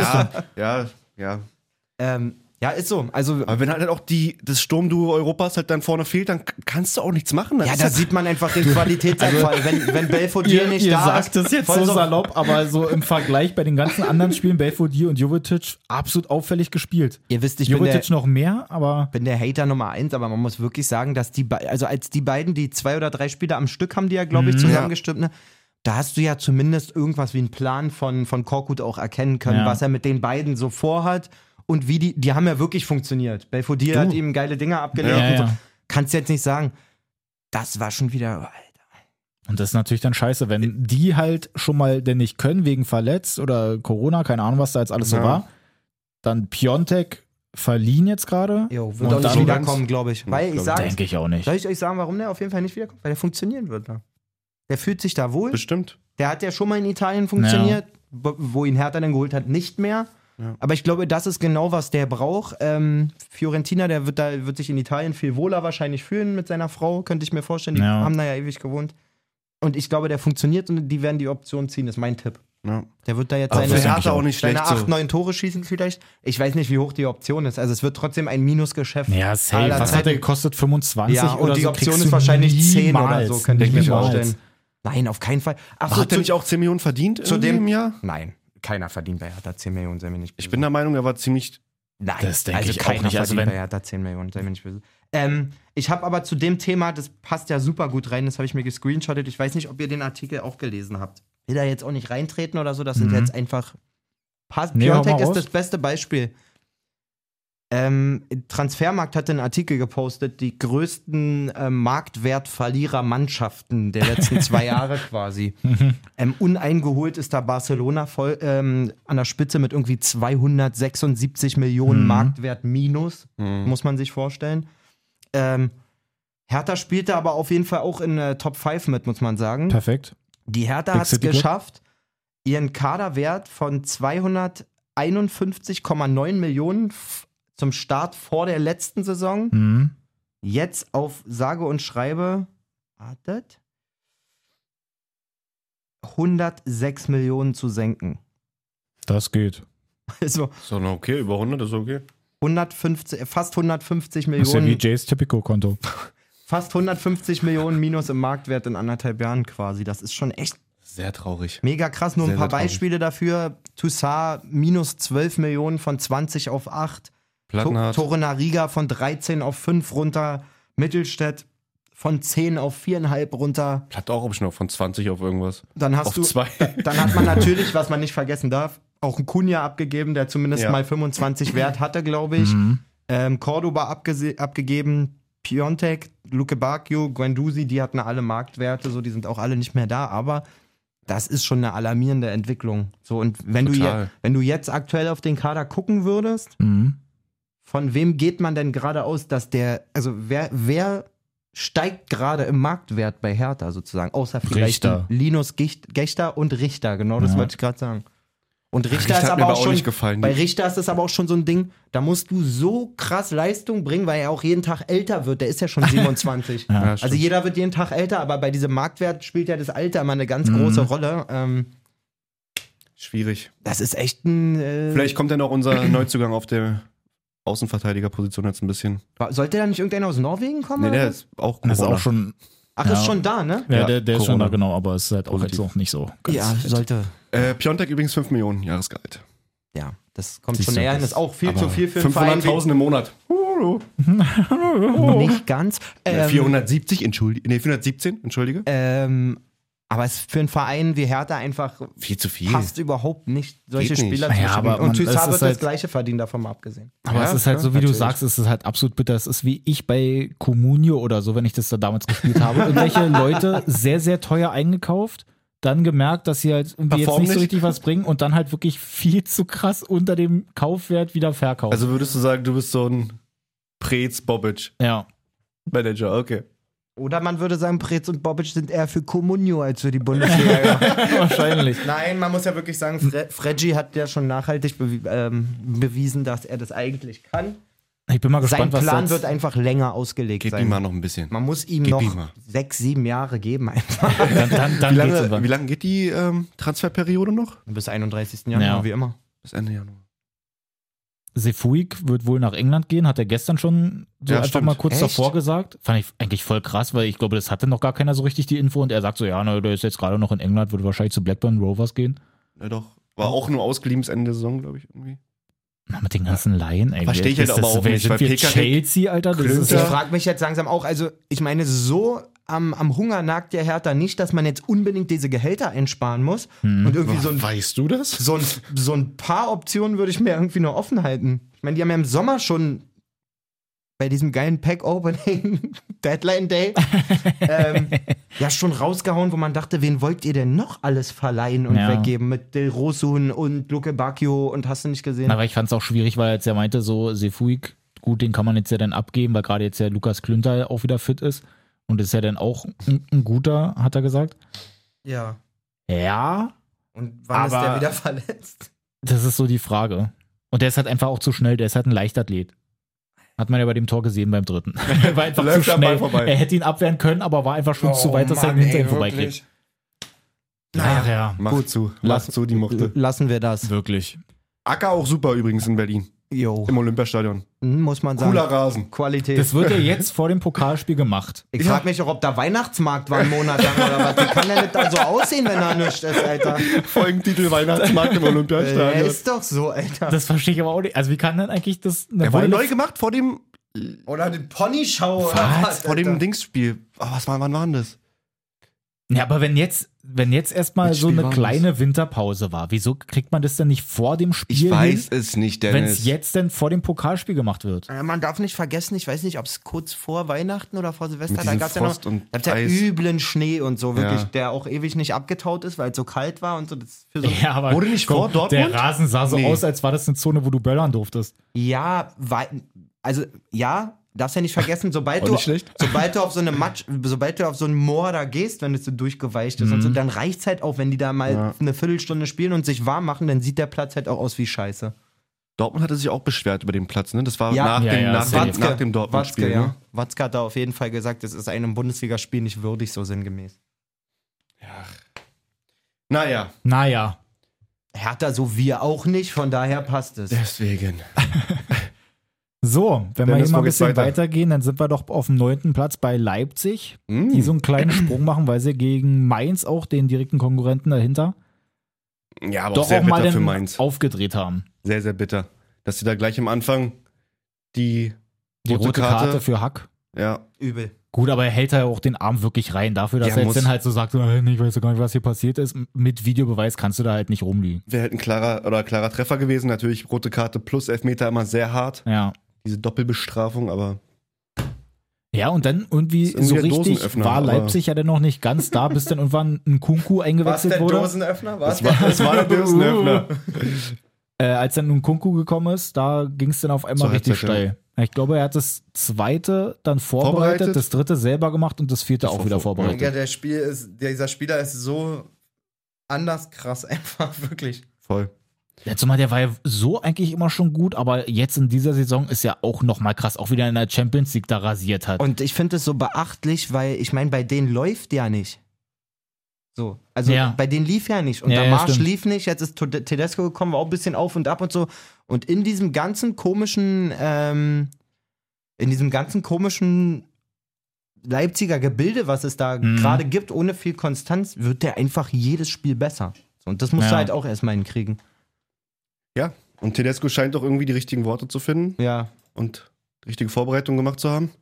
Ja. Ja, ist so. Also, Aber wenn halt auch das Sturmduo Europas halt dann vorne fehlt, dann kannst du auch nichts machen. Das ja, ist da halt- sieht man einfach den Qualitätsabfall. Wenn Belfodil nicht da sagt ist. das jetzt voll so salopp, aber so im Vergleich bei den ganzen anderen Spielen, Belfodil und Jovetic, absolut auffällig gespielt. Ihr wisst, ich Jovetic noch mehr, aber bin der Hater Nummer 1, aber man muss wirklich sagen, dass als die beiden, die 2 oder 3 Spiele am Stück haben, die ja, glaube ich, zusammengestimmt, ne? Da hast du ja zumindest irgendwas wie einen Plan von Korkut auch erkennen können, was er mit den beiden so vorhat und wie die haben ja wirklich funktioniert. Belfodil hat ihm geile Dinger abgelegt und so. Ja. Kannst jetzt nicht sagen, das war schon wieder, Alter. und das ist natürlich dann scheiße, wenn die halt schon mal denn nicht können, wegen verletzt oder Corona, keine Ahnung, was da jetzt alles so war, dann Piontek verliehen jetzt gerade. Jo, wird Und auch nicht dann- wiederkommen, glaube ich. Weil ich sage, Denke ich auch nicht. soll ich euch sagen, warum der auf jeden Fall nicht wiederkommt? Weil der funktionieren wird da. Der fühlt sich da wohl. Bestimmt. Der hat ja schon mal in Italien funktioniert, wo ihn Hertha dann geholt hat, nicht mehr. Ja. Aber ich glaube, das ist genau, was der braucht. Fiorentina, der wird sich in Italien viel wohler wahrscheinlich fühlen mit seiner Frau, könnte ich mir vorstellen. Die haben da ja ewig gewohnt. Und ich glaube, der funktioniert und die werden die Option ziehen, ist mein Tipp. Ja. Der wird da jetzt Aber seine, für Hertha auch nicht seine schlecht. 8, 9 Tore schießen vielleicht. Ich weiß nicht, wie hoch die Option ist. Also es wird trotzdem ein Minusgeschäft. Ja, safe. aller Was Zeiten. hat der gekostet? 25 Ja, oder und die so? Option Kriegst ist du wahrscheinlich 10 oder niemals. so, könnte ich mir Niemals. vorstellen. Nein, auf keinen Fall. Ach Aber so, hat er nicht auch 10 Millionen verdient zu irgendwie dem im Jahr? Nein, keiner verdient bei Hertha 10 Millionen, sei mir nicht böse. Ich bin der Meinung, er war ziemlich... Nein, Das denke also ich auch keiner nicht. Also verdient wenn- bei Hertha 10 Millionen, sei mir nicht böse. Ich habe aber zu dem Thema, das passt ja super gut rein, das habe ich mir gescreenshottet. Ich weiß nicht, ob ihr den Artikel auch gelesen habt. Will da jetzt auch nicht reintreten oder so, das sind jetzt einfach... Nee, hau Piontek mal ist raus. das beste Beispiel. Transfermarkt hatte einen Artikel gepostet, die größten Marktwertverlierer-Mannschaften der letzten 2 Jahre quasi. Uneingeholt ist da Barcelona voll an der Spitze mit irgendwie 276 Millionen Marktwert minus, muss man sich vorstellen. Hertha spielte aber auf jeden Fall auch in Top 5 mit, muss man sagen. Perfekt. Die Hertha Big hat es City Club. geschafft, ihren Kaderwert von 251,9 Millionen zum Start vor der letzten Saison Mhm. jetzt auf sage und schreibe 106 Millionen zu senken. Das geht. Also So, na okay, über 100 ist okay. 150, fast 150 Das ist ja wie Millionen, Jays Typico-Konto. fast 150 Millionen minus im Marktwert in 1,5 Jahren quasi. Das ist schon echt Sehr traurig. mega krass. Nur Sehr, ein paar sehr traurig. Beispiele dafür. Toussaint minus 12 Millionen von 20 auf 8. Plattenhardt. Torunariga von 13 auf 5 runter. Mittelstädt von 10 auf 4,5 runter. Platt auch schon von 20 auf irgendwas. Dann hast Auf du, 2. dann hat man natürlich, was man nicht vergessen darf, auch einen Cunha abgegeben, der zumindest Ja. mal 25 Wert hatte, glaube ich. Cordoba abgegeben, Piontek, Luke Bacchio, Guendouzi, die hatten alle Marktwerte, so, die sind auch alle nicht mehr da, aber das ist schon eine alarmierende Entwicklung. So, und wenn Total. du jetzt aktuell auf den Kader gucken würdest, Mhm. von wem geht man denn gerade aus, dass wer steigt gerade im Marktwert bei Hertha sozusagen? Außer vielleicht Richter. Linus Gächter und Richter, genau das Ja. wollte ich gerade sagen. Und Richter Richter ist hat aber mir auch aber auch schon, nicht gefallen. bei Richter ist es aber auch schon so ein Ding, da musst du so krass Leistung bringen, weil er auch jeden Tag älter wird, der ist ja schon 27. Ja, Also jeder wird jeden Tag älter, aber bei diesem Marktwert spielt ja das Alter immer eine ganz große Rolle. Schwierig. Das ist echt ein... Vielleicht kommt dann auch unser Neuzugang auf der Außenverteidigerposition jetzt ein bisschen. sollte da nicht irgendeiner aus Norwegen kommen? Nee, der oder? ist auch Das ist Corona. auch schon. Ach, ja. ist schon da, ne? Ja, Ja, der ist schon Corona. da, genau, aber es ist halt auch Positiv. jetzt auch nicht so. ganz Ja, fett. sollte. Piontek übrigens 5 Millionen Jahresgehalt. Ja, das kommt Siehst schon du, näher hin. das- Das ist auch viel aber zu viel für einen Verein. 500.000 im Monat. Nicht ganz. 470, 417, entschuldige. Aber es ist für einen Verein wie Hertha einfach Viel zu viel. passt überhaupt nicht, solche Geht nicht. Spieler Ja, zu aber schicken. Und man- Thyssa es wird ist das halt- Gleiche verdienen, davon mal abgesehen. Aber Ja, es ist halt so, wie natürlich. du sagst, es ist halt absolut bitter. Es ist wie ich bei Comunio oder so, wenn ich das da damals gespielt habe. Irgendwelche Leute sehr, sehr teuer eingekauft, dann gemerkt, dass sie halt irgendwie jetzt Performen nicht so nicht. richtig was bringen und dann halt wirklich viel zu krass unter dem Kaufwert wieder verkaufen. Also würdest du sagen, du bist so ein Preetz-Bobic-Manager, ja. okay. Oder man würde sagen, Preetz und Bobic sind eher für Comunio als für die Bundesliga. Wahrscheinlich. Nein, man muss ja wirklich sagen, Freggi hat ja schon nachhaltig bewiesen, dass er das eigentlich kann. Ich bin mal Sein gespannt, was Plan jetzt... wird einfach länger ausgelegt Gib ihm sein. mal noch ein bisschen. Man muss ihm Gib noch ihm mal. 6-7 Jahre geben einfach. Dann geht's irgendwann. Wie lange geht die Transferperiode noch? Bis 31. Januar, Ja. wie immer. Bis Ende Januar. Sefuig wird wohl nach England gehen, hat er gestern schon so Ja, einfach stimmt. mal kurz Echt? davor gesagt. Fand ich eigentlich voll krass, weil ich glaube, das hatte noch gar keiner so richtig die Info und er sagt so, ja, ne, der ist jetzt gerade noch in England, würde wahrscheinlich zu Blackburn Rovers gehen. Ja doch. War auch nur ausgeliehen bis Ende der Saison, glaube ich, irgendwie. Na, mit den ganzen Laien, ey. Versteh ich halt Ist das- aber auch wer nicht, sind weil wir Pekarik, Chelsea, Alter? Das ist Ich Klünter- frage mich jetzt langsam auch, also ich meine, so am Hunger nagt der Hertha nicht, dass man jetzt unbedingt diese Gehälter einsparen muss. Und irgendwie Weißt du das? so ein paar Optionen würde ich mir irgendwie noch offen halten. Ich meine, die haben ja im Sommer schon bei diesem geilen Pack-Opening, Deadline Day, ja schon rausgehauen, wo man dachte, wen wollt ihr denn noch alles verleihen und Ja. weggeben? Mit Del Rosun und Luke Bacchio und hast du nicht gesehen? Aber ich fand es auch schwierig, weil er jetzt ja meinte, so Sefuig, gut, den kann man jetzt ja dann abgeben, weil gerade jetzt ja Lukas Klünter auch wieder fit ist. Und ist ja dann auch ein guter, hat er gesagt. Ja. Ja, Und wann ist Aber- der wieder verletzt? das ist so die Frage. Und der ist halt einfach auch zu schnell, der ist halt ein Leichtathlet. Hat man ja bei dem Tor gesehen beim dritten. Er war einfach zu Läuft am Ball schnell. vorbei. Er hätte ihn abwehren können, aber war einfach schon zu weit, dass er ihn hinter ihm vorbeikriegt. Naja, ja. Mach zu. Mach zu, die Mochte. Lassen wir das. Wirklich. Acker auch super übrigens in Berlin. Jo. Im Olympiastadion. Muss man sagen. Cooler Rasen. Qualität. Das wird ja jetzt vor dem Pokalspiel gemacht. Ich frag mich auch, ob da Weihnachtsmarkt war einen Monat lang oder was. Wie kann der nicht da so aussehen, wenn er nichts ist, Alter? Folgentitel Weihnachtsmarkt im Olympiastadion. Ist doch so, Alter. Das verstehe ich aber auch nicht. Also wie kann denn eigentlich das eine Der wurde Weile- neu gemacht vor dem Oder die Ponyshow oder was? vor dem Alter. Dingsspiel. Oh, wann war denn das? Ja, aber wenn jetzt erstmal Welches so Spiel eine war kleine Winterpause war, wieso kriegt man das denn nicht vor dem Spiel Ich weiß hin, es nicht, wenn Dennis. es jetzt denn vor dem Pokalspiel gemacht wird? Man darf nicht vergessen, ich weiß nicht, ob es kurz vor Weihnachten oder vor Silvester, Mit da diesem gab es ja noch Frost und da gab's ja Eis. üblen Schnee und so, wirklich, Ja. der auch ewig nicht abgetaut ist, weil es so kalt war und so. Das für so Ja, aber Wurde nicht vor Dortmund? Der Rasen sah so Nee. aus, als war das eine Zone, wo du böllern durftest. Ja, darfst ja nicht vergessen, sobald Auch du nicht schlecht. auf so einen Moor da gehst, wenn es so durchgeweicht ist und so, dann reicht's halt auch, wenn die da mal eine Viertelstunde spielen und sich warm machen, dann sieht der Platz halt auch aus wie Scheiße. Dortmund hatte sich auch beschwert über den Platz, ne? Das war Ja. nach dem Dortmund-Spiel. Watzke, ja. Ne? Watzke hat da auf jeden Fall gesagt, es ist einem Bundesligaspiel nicht würdig, so sinngemäß. Naja, Naja. Hertha so wir auch nicht, von daher passt es. deswegen. So, wenn wir Dennis, hier mal wo ein geht's bisschen weiter? weitergehen, dann sind wir doch auf dem 9. Platz bei Leipzig, die so einen kleinen Sprung machen, weil sie gegen Mainz auch den direkten Konkurrenten dahinter Ja, aber doch auch sehr auch mal bitter für dann Mainz. aufgedreht haben. Sehr, sehr bitter. Dass sie da gleich am Anfang die Rote Karte für Hack. Ja, Übel. Gut, aber er hält ja auch den Arm wirklich rein dafür, dass Ja, er jetzt muss. dann halt so sagt, ich weiß ja gar nicht, was hier passiert ist. Mit Videobeweis kannst du da halt nicht rumliegen. wäre halt ein klarer Treffer gewesen. Natürlich rote Karte plus Elfmeter immer sehr hart. Ja. Diese Doppelbestrafung, aber Ja, und dann irgendwie Ist irgendwie so der richtig Dosenöffner, war aber- Leipzig ja dann noch nicht ganz da, bis dann irgendwann ein Kunku eingewechselt wurde. Dosenöffner? das war der Dosenöffner. Als dann ein Kunku gekommen ist, da ging es dann auf einmal Zur richtig Halbzeit, steil. Ich glaube, er hat das zweite dann vorbereitet, das dritte selber gemacht und das vierte auch wieder vorbereitet. Ja, dieser Spieler ist so anders krass, einfach wirklich. Voll. Ja, zumal der war ja so eigentlich immer schon gut, aber jetzt in dieser Saison ist ja auch nochmal krass, auch wieder in der Champions League da rasiert hat. Und ich finde es so beachtlich, weil ich meine, bei denen läuft ja nicht. So, also Ja. bei denen lief ja nicht. Und Ja, der ja, Marsch stimmt. lief nicht, jetzt ist Tedesco gekommen, war auch ein bisschen auf und ab und so. Und in diesem ganzen komischen, Leipziger Gebilde, was es da gerade gibt, ohne viel Konstanz, wird der einfach jedes Spiel besser. So, und das musst du Ja. halt auch erstmal hinkriegen. Ja, und Tedesco scheint doch irgendwie die richtigen Worte zu finden Ja. und richtige Vorbereitung gemacht zu haben.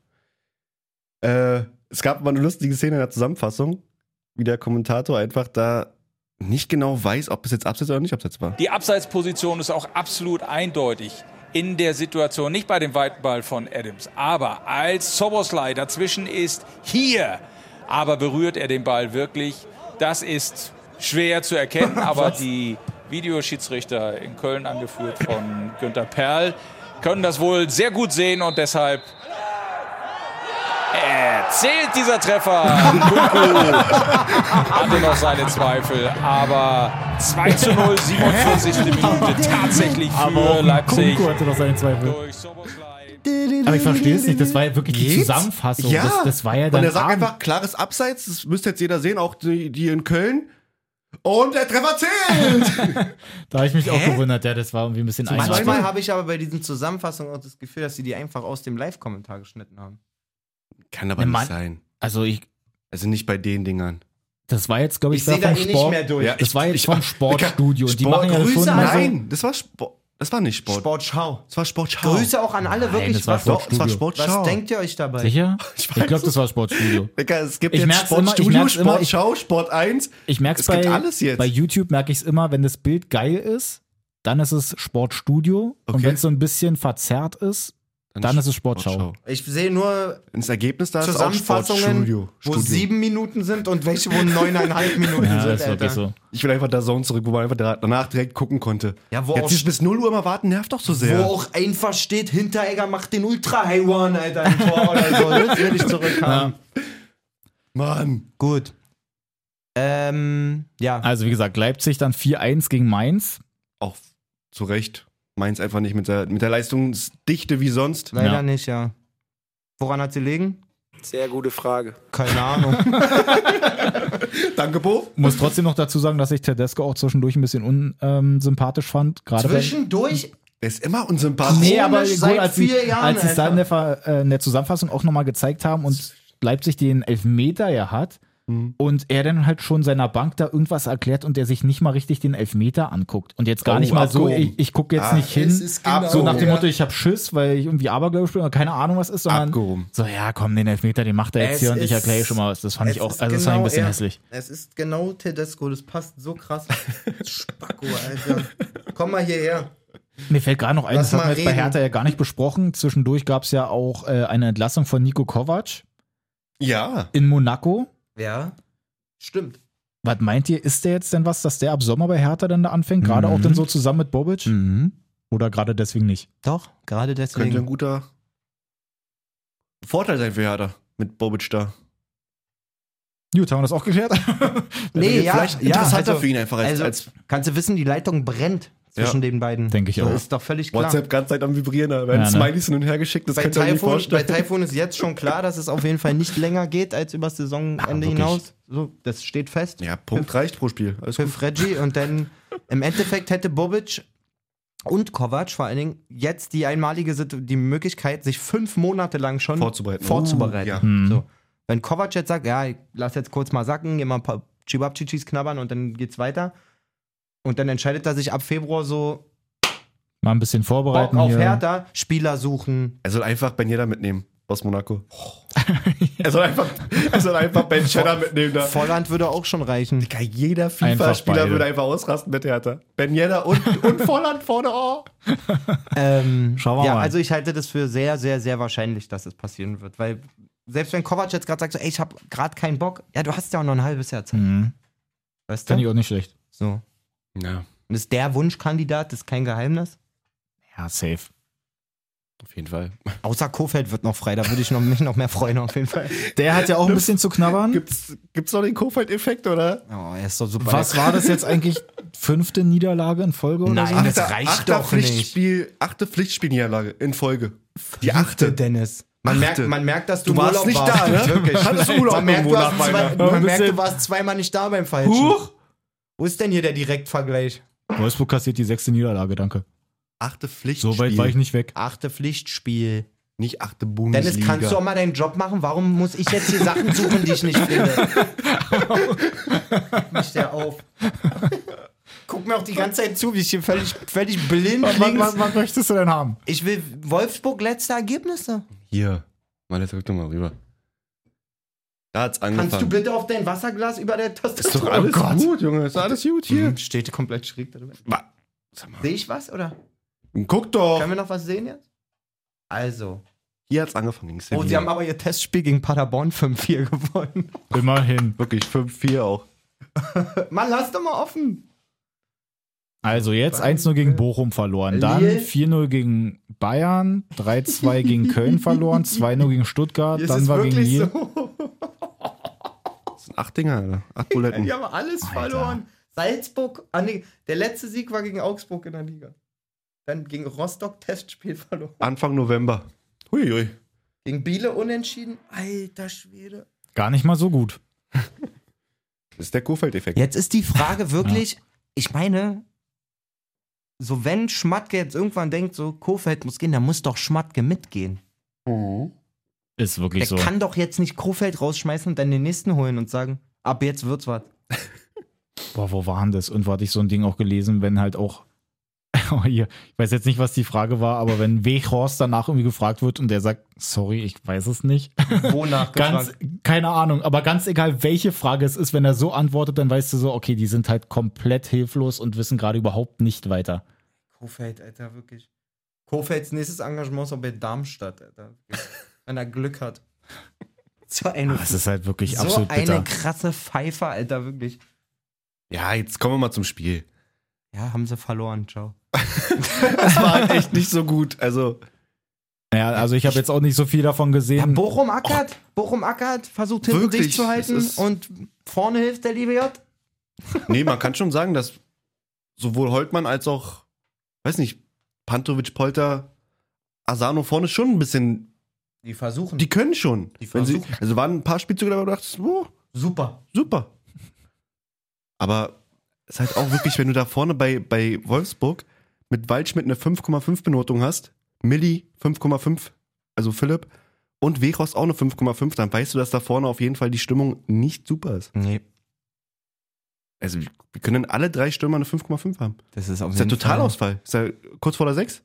Es gab mal eine lustige Szene in der Zusammenfassung, wie der Kommentator einfach da nicht genau weiß, ob es jetzt Abseits oder nicht Abseits war. Die Abseitsposition ist auch absolut eindeutig in der Situation, nicht bei dem weiten Ball von Adams, aber als Szoboszlai dazwischen ist, hier, aber berührt er den Ball wirklich? Das ist schwer zu erkennen, aber die Videoschiedsrichter in Köln, angeführt von Günther Perl, können das wohl sehr gut sehen und deshalb zählt dieser Treffer. Kunku hatte noch seine Zweifel, aber 2:0, 47. Minute tatsächlich für Leipzig. Kunku hatte noch seine Zweifel. Durch Szoboszlai. Aber ich verstehe es nicht, das war ja wirklich die Zusammenfassung. Ja, Das war ja und dann er sagt einfach, klares Abseits, das müsste jetzt jeder sehen, auch die in Köln. Und der Treffer zählt! Da habe ich mich auch gewundert, ja, das war irgendwie ein bisschen Manchmal eigenartig. habe ich aber bei diesen Zusammenfassungen auch das Gefühl, dass sie die einfach aus dem Live-Kommentar geschnitten haben. Kann aber Mann, nicht sein. Also Also nicht bei den Dingern. das war jetzt, glaube ich, Ich sehe da vom eh nicht Sport. mehr durch. Ja, Das war jetzt vom Sportstudio. Und die machen ja Grüße schon an- mal so. Nein, das war Sport. Das war nicht Sport. Sportschau. Das war Sportschau. Grüße auch an alle, wirklich. das war Was, Sport. Das war Sportstudio. Sportschau. was denkt ihr euch dabei? Sicher? Ich Ich weiß glaube, das war Sportstudio. Digga, es gibt Ich jetzt merk's immer, ich Sportstudio, merk's immer, Sportschau, Sport 1. Ich merke Es gibt bei, alles jetzt. bei YouTube, merke ich es immer, wenn das Bild geil ist, dann ist es Sportstudio. Und Okay. wenn es so ein bisschen verzerrt ist, dann ist es Sportschau. Ich sehe nur Ins Ergebnis da ist auch Zusammenfassungen, Sportstudio. wo Studio. 7 Minuten sind und welche, wo 9,5 Minuten Ja, sind, das ist wirklich Alter. so. Ich will einfach da Zone zurück, wo man einfach danach direkt gucken konnte. Ja, wo Jetzt auch- dieses bis 0 Uhr immer warten nervt doch so Wo sehr. auch einfach steht, Hinteregger macht den Ultra-High-One, Alter, im Tor oder so. Das will ich zurückhaben. Mann. Gut. Ja. Also wie gesagt, Leipzig dann 4-1 gegen Mainz. Auch zu Recht. Mainz einfach nicht mit der Leistungsdichte wie sonst. Leider Ja. nicht, ja. Woran hat sie liegen? Sehr gute Frage. Keine Ahnung. Danke, Bo. Muss trotzdem noch dazu sagen, dass ich Tedesco auch zwischendurch ein bisschen unsympathisch fand. Gerade wenn- Zwischendurch? Der ist immer unsympathisch. Nee, aber Komisch, gut, seit als sie 4 Jahren, als sie es da Alter. in der Zusammenfassung auch nochmal gezeigt haben und Leipzig den Elfmeter ja hat und er dann halt schon seiner Bank da irgendwas erklärt und der sich nicht mal richtig den Elfmeter anguckt. Und jetzt gar Oh, nicht mal so, abgehoben. ich gucke jetzt nicht hin, es ist genau- so nach dem ja. Motto, ich habe Schiss, weil ich irgendwie Aberglaube spiele oder keine Ahnung was ist, sondern Abgehoben. so, ja komm, den Elfmeter, den macht er jetzt Es hier und ich ist- erkläre schon mal was. Das fand ich Es auch, ist also das fand ich ein genau bisschen er. hässlich. Es ist genau Tedesco, das passt so krass. Spacko, Alter. Komm mal hierher. Mir fällt gerade noch ein, Lass das haben mal wir jetzt bei reden. Hertha ja gar nicht besprochen. Zwischendurch gab es ja auch eine Entlassung von Nico Kovac Ja. in Monaco. Ja, stimmt. Was meint ihr, ist der jetzt denn was, dass der ab Sommer bei Hertha dann da anfängt? Gerade auch dann so zusammen mit Bobic? Oder gerade deswegen nicht? Doch, gerade Könnte deswegen. ein guter Vorteil sein für Hertha mit Bobic da. Gut, haben wir das auch geklärt? Nee, ja, Vielleicht ja, interessanter also- für ihn einfach als, Also, kannst du wissen, die Leitung brennt zwischen den beiden. Denke ich so, auch. Ist doch völlig klar. WhatsApp ganze Zeit am Vibrieren, da werden Ja, ne? Smileys hin und her geschickt, das könnt ihr euch nicht Bei vorstellen. Taifun ist jetzt schon klar, dass es auf jeden Fall nicht länger geht als übers Saisonende wirklich. hinaus. So, das steht fest. Ja, Punkt reicht pro Spiel. Alles Für gut. Fredji. Und dann im Endeffekt hätte Bobic und Kovac vor allen Dingen jetzt die einmalige die Möglichkeit, sich 5 Monate lang schon Vorzubereiten. Ja. Mhm. So. Wenn Kovac jetzt sagt, ja, ich lass jetzt kurz mal sacken, geh mal ein paar Chibabchichis knabbern und dann geht's weiter. Und dann entscheidet er sich ab Februar so, Mal ein bisschen Bock vorbereiten auf hier. Hertha, Spieler suchen. Er soll einfach Ben Yedder mitnehmen aus Monaco. er soll einfach Ben Yedder mitnehmen da. Volland würde auch schon reichen. Digga, jeder Einfach FIFA-Spieler beide. würde einfach ausrasten mit Hertha. Ben Yedder und Volland vorne. Oh. Schauen wir Ja, mal. also ich halte das für sehr, sehr, sehr wahrscheinlich, dass es passieren wird. Weil selbst wenn Kovac jetzt gerade sagt, so, ey, ich habe gerade keinen Bock, ja, du hast ja auch noch ein halbes Jahr Zeit. Mhm. Weißt Finde du? ich auch nicht schlecht. So. Ja, Und ist der Wunschkandidat, das ist kein Geheimnis. Ja, safe. auf jeden Fall. Außer Kofeld wird noch frei, da würde ich mich noch mehr freuen, auf jeden Fall. Der hat ja auch ein bisschen zu knabbern. Gibt's noch den Kofeld-Effekt, oder? Oh, er ist doch super. Was war das jetzt eigentlich? 5. Niederlage in Folge oder Nein, so? das reicht doch nicht. 8. Pflichtspielniederlage in Folge. Die 8. Dennis. Man Achte. merkt, dass du, Du warst Urlaub nicht warst. da, ne? Wirklich. Hattest du Urlaub man merkt, irgendwo du, nach hast Weihnachten? man merkt, du warst zweimal nicht da beim Falschen. Huch! Wo ist denn hier der Direktvergleich? Wolfsburg kassiert die 6. Niederlage, danke. 8. Pflichtspiel. So weit war ich nicht weg. 8. Pflichtspiel. Nicht 8. Bundesliga. Dennis, kannst du auch mal deinen Job machen? Warum muss ich jetzt hier Sachen suchen, die ich nicht finde? Mich der auf. guck mir auch die ganze Zeit zu, wie ich hier völlig blind Was möchtest du denn haben? Ich will Wolfsburg letzte Ergebnisse. Hier. Mal, jetzt rück doch mal rüber. Da hat's angefangen. Kannst du bitte auf dein Wasserglas über der Tastatur? Ist doch alles gut, Junge. Ist alles gut hier. Steht komplett schräg darüber. Sag mal. Sehe ich was, oder? Guck doch. Können wir noch was sehen jetzt? Also. Hier hat's angefangen. Oh, sie haben aber ihr Testspiel gegen Paderborn 5-4 gewonnen. Immerhin. Wirklich 5-4 auch. Mann, lass doch mal offen. Also jetzt 1-0 gegen Bochum verloren, dann Lille. 4-0 gegen Bayern, 3-2 gegen Köln verloren, 2-0 gegen Stuttgart, Hier ist dann es war gegen wirklich Lille. so. Das sind 8 Dinger, Alter. 8 Buletten. Die haben alles verloren. Salzburg, nee, der letzte Sieg war gegen Augsburg in der Liga. Dann gegen Rostock Testspiel verloren. Anfang November. Huiui. Gegen Biele unentschieden. Alter Schwede. Gar nicht mal so gut. Das ist der Kofeld-Effekt. Jetzt ist die Frage wirklich, ich meine, so wenn Schmatke jetzt irgendwann denkt, so Kofeld muss gehen, dann muss doch Schmatke mitgehen. Ist wirklich Der so. kann doch jetzt nicht Kofeld rausschmeißen und dann den nächsten holen und sagen, ab jetzt wird's was. Boah, wo war denn das? Und wo hatte ich so ein Ding auch gelesen, wenn halt auch, oh, hier, ich weiß jetzt nicht, was die Frage war, aber wenn Weghorst danach irgendwie gefragt wird und der sagt, sorry, ich weiß es nicht. Wonach Ganz, keine Ahnung, aber ganz egal, welche Frage es ist, wenn er so antwortet, dann weißt du so, okay, die sind halt komplett hilflos und wissen gerade überhaupt nicht weiter. Kofeld, Alter, wirklich. Kofelds nächstes Engagement ist auch bei Darmstadt, Alter. Wenn er Glück hat. So eine, Das ist halt wirklich so absolut bitter. eine krasse Pfeife, Alter, wirklich. Ja, jetzt kommen wir mal zum Spiel. Ja, haben sie verloren, ciao. Das war halt echt nicht so gut. Also, Ja, also ich habe jetzt auch nicht so viel davon Ja, gesehen. Bochum ackert, versucht hinten Wirklich, dicht zu halten es ist- und vorne hilft der liebe J. nee, man kann schon sagen, dass sowohl Holtmann als auch, weiß nicht, Pantovic, Polter, Asano vorne schon ein bisschen, Die versuchen. die können schon. Die Wenn sie, versuchen. also waren ein paar Spielzüge dabei, wo du dachtest, oh, Super. super. Aber es ist halt auch wirklich, wenn du da vorne bei Wolfsburg mit Waldschmidt eine 5,5 Benotung hast, Milli 5,5, also Philipp, und Weghorst auch eine 5,5, dann weißt du, dass da vorne auf jeden Fall die Stimmung nicht super ist. Nee, Also wir können alle 3 Stürmer eine 5,5 haben. das ist auf Das ist ja jeden Fall. Totalausfall. Ist ja kurz vor der 6.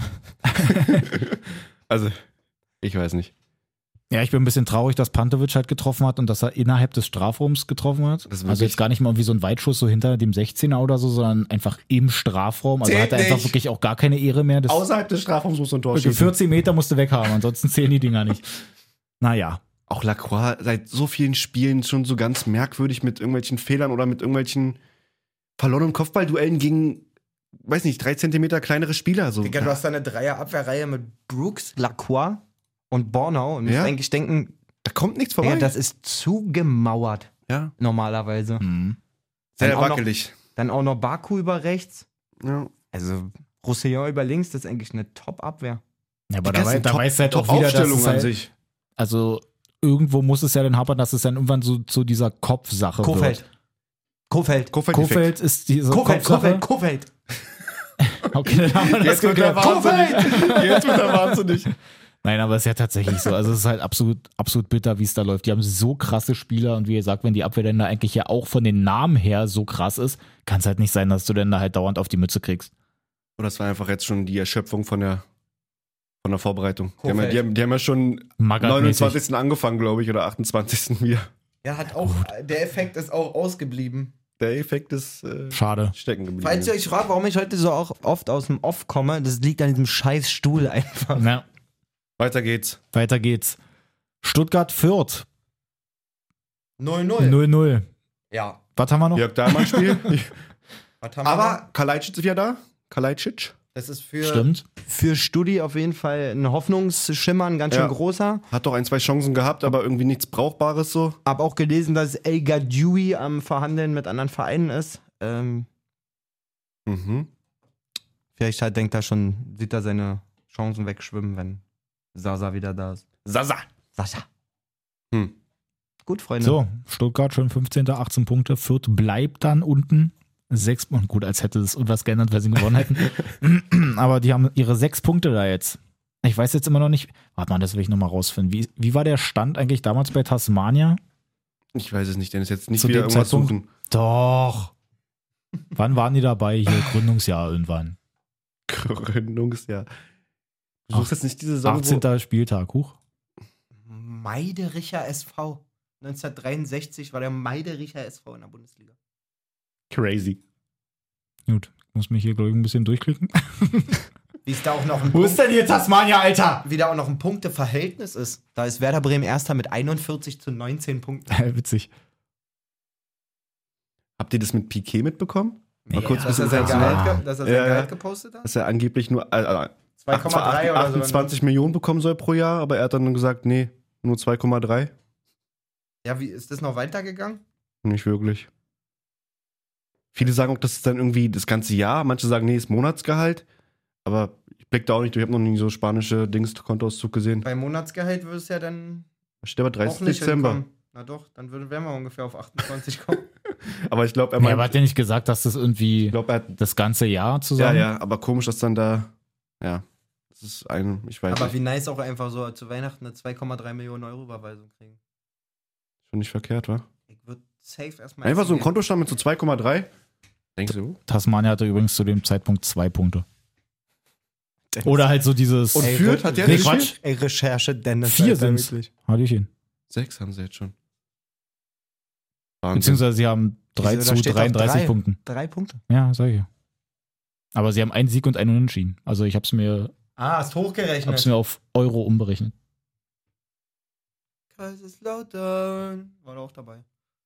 Also, ich weiß nicht. Ja, ich bin ein bisschen traurig, dass Pantovic halt getroffen hat und dass er innerhalb des Strafraums getroffen hat. Das ist Also wirklich- jetzt gar nicht mal irgendwie so ein Weitschuss so hinter dem 16er oder so, sondern einfach im Strafraum. Also Zählt hat er einfach nicht. wirklich auch gar keine Ehre mehr. Das Außerhalb des Strafraums muss so ein Tor wirklich schießen. 14 Meter musst du weghaben, ansonsten zählen die Dinger nicht. Naja. Auch Lacroix seit so vielen Spielen schon so ganz merkwürdig mit irgendwelchen Fehlern oder mit irgendwelchen verlorenen Kopfballduellen gegen, weiß nicht, 3 Zentimeter kleinere Spieler. So. Digga, du hast da eine Dreier-Abwehrreihe mit Brooks, Lacroix und Bornau und musst Ja. eigentlich denken, Da kommt nichts vorbei. ja, das ist zugemauert, ja. normalerweise. Hm. Sehr Dann auch noch- wackelig. Dann auch noch Baku über rechts. Ja. Also Roussillon über links, das ist eigentlich eine Top-Abwehr. Ja, aber Das da, ist eine da weißt du halt auch wieder, dass Top-Aufstellung es an halt, sich. also irgendwo muss es ja dann hapern, dass es dann irgendwann so zu dieser Kopfsache wird. Kofeld. Kofeld-Effekt. Ist diese Kofeld. Kopfsache. Okay, dann haben wir das Jetzt wird er geklärt. wahnsinnig. Jetzt wird er wahnsinnig. Nein, aber es ist ja tatsächlich so. Also es ist halt absolut bitter, wie es da läuft. Die haben so krasse Spieler und wie ihr sagt, wenn die Abwehr dann da eigentlich ja auch von den Namen her so krass ist, kann es halt nicht sein, dass du dann da halt dauernd auf die Mütze kriegst. Oder das war einfach jetzt schon die Erschöpfung von der Vorbereitung. Die Kofeld. haben ja schon Magath-mäßig. 29. angefangen, glaube ich, oder 28. wieder. Ja, hat auch, der Effekt ist auch ausgeblieben. Der Effekt ist Schade. stecken geblieben. Falls ihr euch fragt, warum ich heute so auch oft aus dem Off komme, das liegt an diesem scheiß Stuhl einfach. Na, Weiter geht's. weiter geht's. Stuttgart-Fürth 0-0. 0-0. Ja. Was haben wir noch? Jörg Dahlmann Spiel. Was haben wir Aber Kalajdzic ist wieder da. Kalajdzic. noch? Das ist für, Stimmt. für Studi auf jeden Fall ein Hoffnungsschimmer, ein ganz schön Ja. großer. Hat doch 1, 2 Chancen gehabt, aber irgendwie nichts Brauchbares so. Hab auch gelesen, dass El Gadjoui am Verhandeln mit anderen Vereinen ist. Mhm. Vielleicht halt denkt er schon, sieht er seine Chancen wegschwimmen, wenn Sasa wieder da ist. Sasa. Sasa. Hm. Gut, Freunde. So, Stuttgart schon 15. 18 Punkte. Fürth bleibt dann unten. 6 Punkte. Gut, als hätte es irgendwas geändert, weil sie gewonnen hätten. Aber die haben ihre 6 Punkte da jetzt. Ich weiß jetzt immer noch nicht. Warte mal, das will ich nochmal rausfinden. Wie war der Stand eigentlich damals bei Tasmania? Ich weiß es nicht, Dennis. Jetzt nicht Zu wieder dem irgendwas Zeitpunkt? suchen. Doch. Wann waren die dabei? Hier, Gründungsjahr irgendwann. Gründungsjahr. Du suchst jetzt nicht diese Saison, 18. Spieltag, huch. Meidericher SV. 1963 war der Meidericher SV in der Bundesliga. Crazy. Gut, muss mich hier, glaube ich, ein bisschen durchklicken. Wie es da auch noch ein Wo ist denn hier Tasmania, Alter? wie da auch noch ein Punkteverhältnis ist. Da ist Werder Bremen Erster mit 41 zu 19 Punkten. Witzig. Habt ihr das mit Piquet mitbekommen? Mal kurz ein dass er bisschen sein sensationell. Gehalt, Gehalt gepostet hat? Dass er angeblich nur 2,3 oder so. 28 Millionen bekommen soll pro Jahr, aber er hat dann gesagt, nee, nur 2,3. Ja, wie ist das noch weitergegangen? Nicht wirklich. Viele sagen auch, das ist dann irgendwie das ganze Jahr. Manche sagen, nee, ist Monatsgehalt. Aber ich blick da auch nicht durch. Ich habe noch nie so spanische Kontoauszug gesehen. Bei Monatsgehalt würde es ja dann Da steht aber auch 30. nicht Dezember. hinkommen. Na doch, dann wären wir ungefähr auf 28 kommen. Aber ich glaube, er Ja, meint, aber hat der nicht gesagt, dass das irgendwie ich glaube, er hat, das ganze Jahr ja, zusammen? ja, aber komisch, dass dann da, ja, das ist ich weiß Aber nicht, wie nice auch einfach so zu Weihnachten eine 2,3 Millionen Euro Überweisung kriegen. schon nicht verkehrt, wa? Ich würde safe erstmal. Einfach so ein essen Kontostand mit so 2,3. Denkst du? Tasmania hatte übrigens zu dem Zeitpunkt 2 Punkte. Oder halt so dieses. Und Ey, führt, hat der nee, nicht Quatsch. gehen. Ey, Recherche, Dennis. 4 Alter, sind's. wirklich. Hallöchen. 6 haben sie jetzt schon. Wahnsinn. Beziehungsweise sie haben 3 Wieso, da zu steht doch 33 3. Punkten. 3 Punkte. Ja, sag ich ja. Aber sie haben einen Sieg und einen Unentschieden. Also ich hab's mir Hast hochgerechnet. auf Euro umberechnet. Kaiserslautern. War da auch dabei.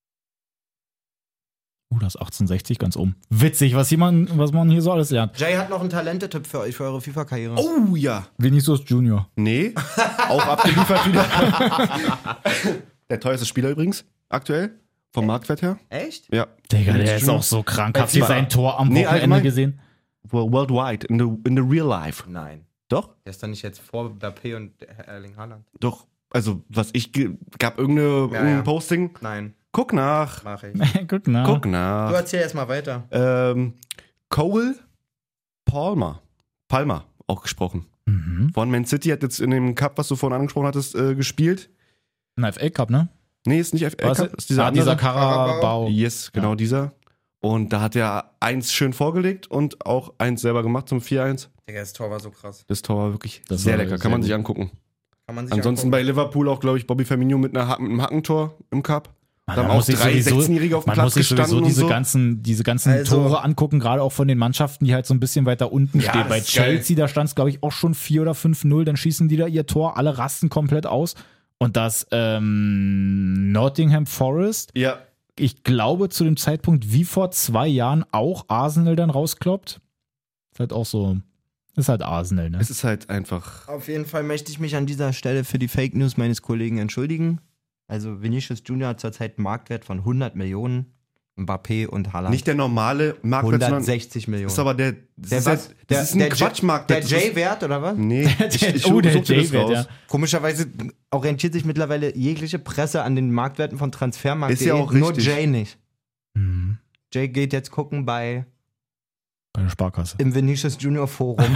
Das ist 1860 ganz oben. Witzig, was man hier so alles lernt. Jay hat noch einen Talentetipp für euch, für eure FIFA-Karriere. Oh ja. Vinicius Junior. Nee, auch abgeliefert wieder. Der teuerste Spieler übrigens, aktuell, vom Marktwert her. Echt? Ja. Digga, Vinicius der ist Junior. auch so krank. Habt Jetzt ihr mal- sein Tor am Nee, Wochenende allgemein. gesehen? Worldwide, in the real life. Nein. Doch? Der ist doch nicht jetzt vor Mbappé und Erling Haaland. Doch. Also, gab Ja, irgendein ja. Posting. Nein, Guck nach. mach ich. Guck nach. Guck Du nach. erzähl erstmal weiter. Cole Palmer, auch gesprochen. Mhm. Von Man City hat jetzt in dem Cup, was du vorhin angesprochen hattest, gespielt. Ein FA Cup, ne? Nee, ist nicht FA Was? Cup, ist dieser Dieser andere. Carabao. Yes, genau dieser. Und da hat er 1 schön vorgelegt und auch 1 selber gemacht zum 4-1. Digga, das Tor war so krass. Das Tor war wirklich Das sehr war lecker, sehr kann man sich gut. angucken. Kann man sich Ansonsten angucken. bei Liverpool auch, glaube ich, Bobby Firmino mit einem Hackentor im Cup. Da haben Man auch muss sich 3 sowieso- 16-Jährige auf dem Man Platz muss sich gestanden sowieso und so. diese ganzen Also- Tore angucken, gerade auch von den Mannschaften, die halt so ein bisschen weiter unten Ja, stehen. das Bei ist geil. Chelsea, da stand es, glaube ich, auch schon 4 oder 5-0, dann schießen die da ihr Tor, alle rasten komplett aus. Und das Nottingham Forest, Ja, ich glaube zu dem Zeitpunkt wie vor 2 Jahren auch Arsenal dann rauskloppt. Ist halt auch so, ist halt Arsenal, ne? es ist halt einfach. Auf jeden Fall möchte ich mich an dieser Stelle für die Fake News meines Kollegen entschuldigen. Also Vinicius Junior hat zurzeit einen Marktwert von 100 Millionen. Mbappé und Haaland. Nicht der normale Marktwert, sondern 160 Millionen. ist aber das was? ist ein Quatschmarkt. Der J-Wert, oder was? Nee, Der such dir das J-Wert, raus. ja. Komischerweise orientiert sich mittlerweile jegliche Presse an den Marktwerten von Transfermarkt. Ist ja auch Nur richtig. Jay nicht. Mhm. Jay geht jetzt gucken bei Bei der Sparkasse. im Vinicius Junior Forum.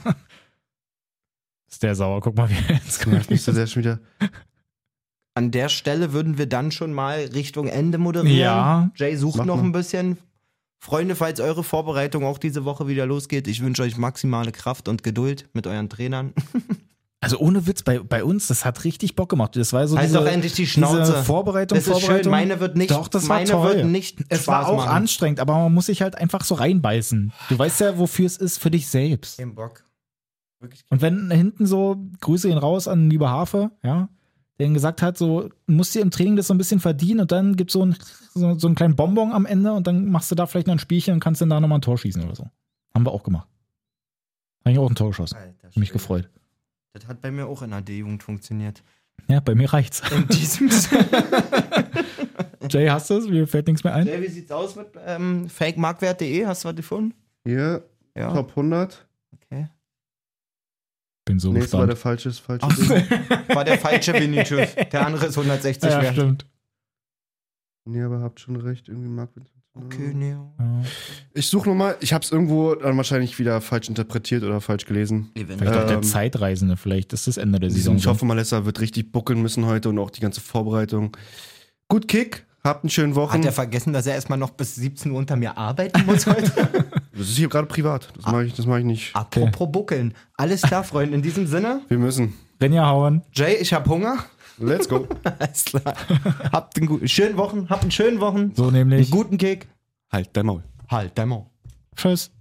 Ist der sauer, guck mal, wie er jetzt Ja, nicht so sehr schon wieder. An der Stelle würden wir dann schon mal Richtung Ende moderieren. Ja. Jay sucht Mach noch mal. ein bisschen. Freunde, falls eure Vorbereitung auch diese Woche wieder losgeht, ich wünsche euch maximale Kraft und Geduld mit euren Trainern. Also ohne Witz, bei uns, das hat richtig Bock gemacht. Das war so Halt diese, doch endlich die diese Schnauze. Vorbereitung, Das ist schön, meine wird nicht, Doch, das war meine toll. wird nicht Es Spaß war auch machen. anstrengend, aber man muss sich halt einfach so reinbeißen. Du weißt ja, wofür es ist, für dich selbst. Kein Bock. Wirklich. Und wenn hinten so, Grüße ihn raus an liebe Hafe, ja, der ihn gesagt hat, so, du musst dir im Training das so ein bisschen verdienen und dann gibt's so einen kleinen Bonbon am Ende und dann machst du da vielleicht noch ein Spielchen und kannst dann da nochmal ein Tor schießen oder so. Haben wir auch gemacht. Habe ich auch ein Tor geschossen. Alter, Mich Schwede. gefreut. Das hat bei mir auch in der D-Jugend funktioniert. Ja, bei mir reicht's. In diesem Sinne. Jay, hast du es? Mir fällt nichts mehr ein. Jay, wie sieht's aus mit fakemarktwert.de? Hast du was gefunden? Hier, Ja. Top 100. Okay. Bin so Nee, das war der gespannt. falsche Ding. War der falsche Vinicius. Der andere ist 160 Ja, wert. stimmt. Nee, aber habt schon recht, irgendwie Marktwert. Okay, nee. Ja. Ich suche nochmal, ich hab's irgendwo dann wahrscheinlich wieder falsch interpretiert oder falsch gelesen. Vielleicht auch der Zeitreisende, vielleicht ist das Ende der Saison. Ich hoffe, Malessa wird richtig buckeln müssen heute und auch die ganze Vorbereitung. Gut Kick, Habt einen schönen Wochen. Hat er vergessen, dass er erstmal noch bis 17 Uhr unter mir arbeiten muss heute? Das ist hier gerade privat. Das mach ich nicht. Apropos Buckeln. Alles klar, Freunde. In diesem Sinne, Wir müssen. Renja hauen. Jay, ich hab Hunger. Let's go. Alles klar. Habt einen schönen Wochen. So nämlich. Einen guten Kick. Halt dein Maul. Halt, dein Maul. Tschüss.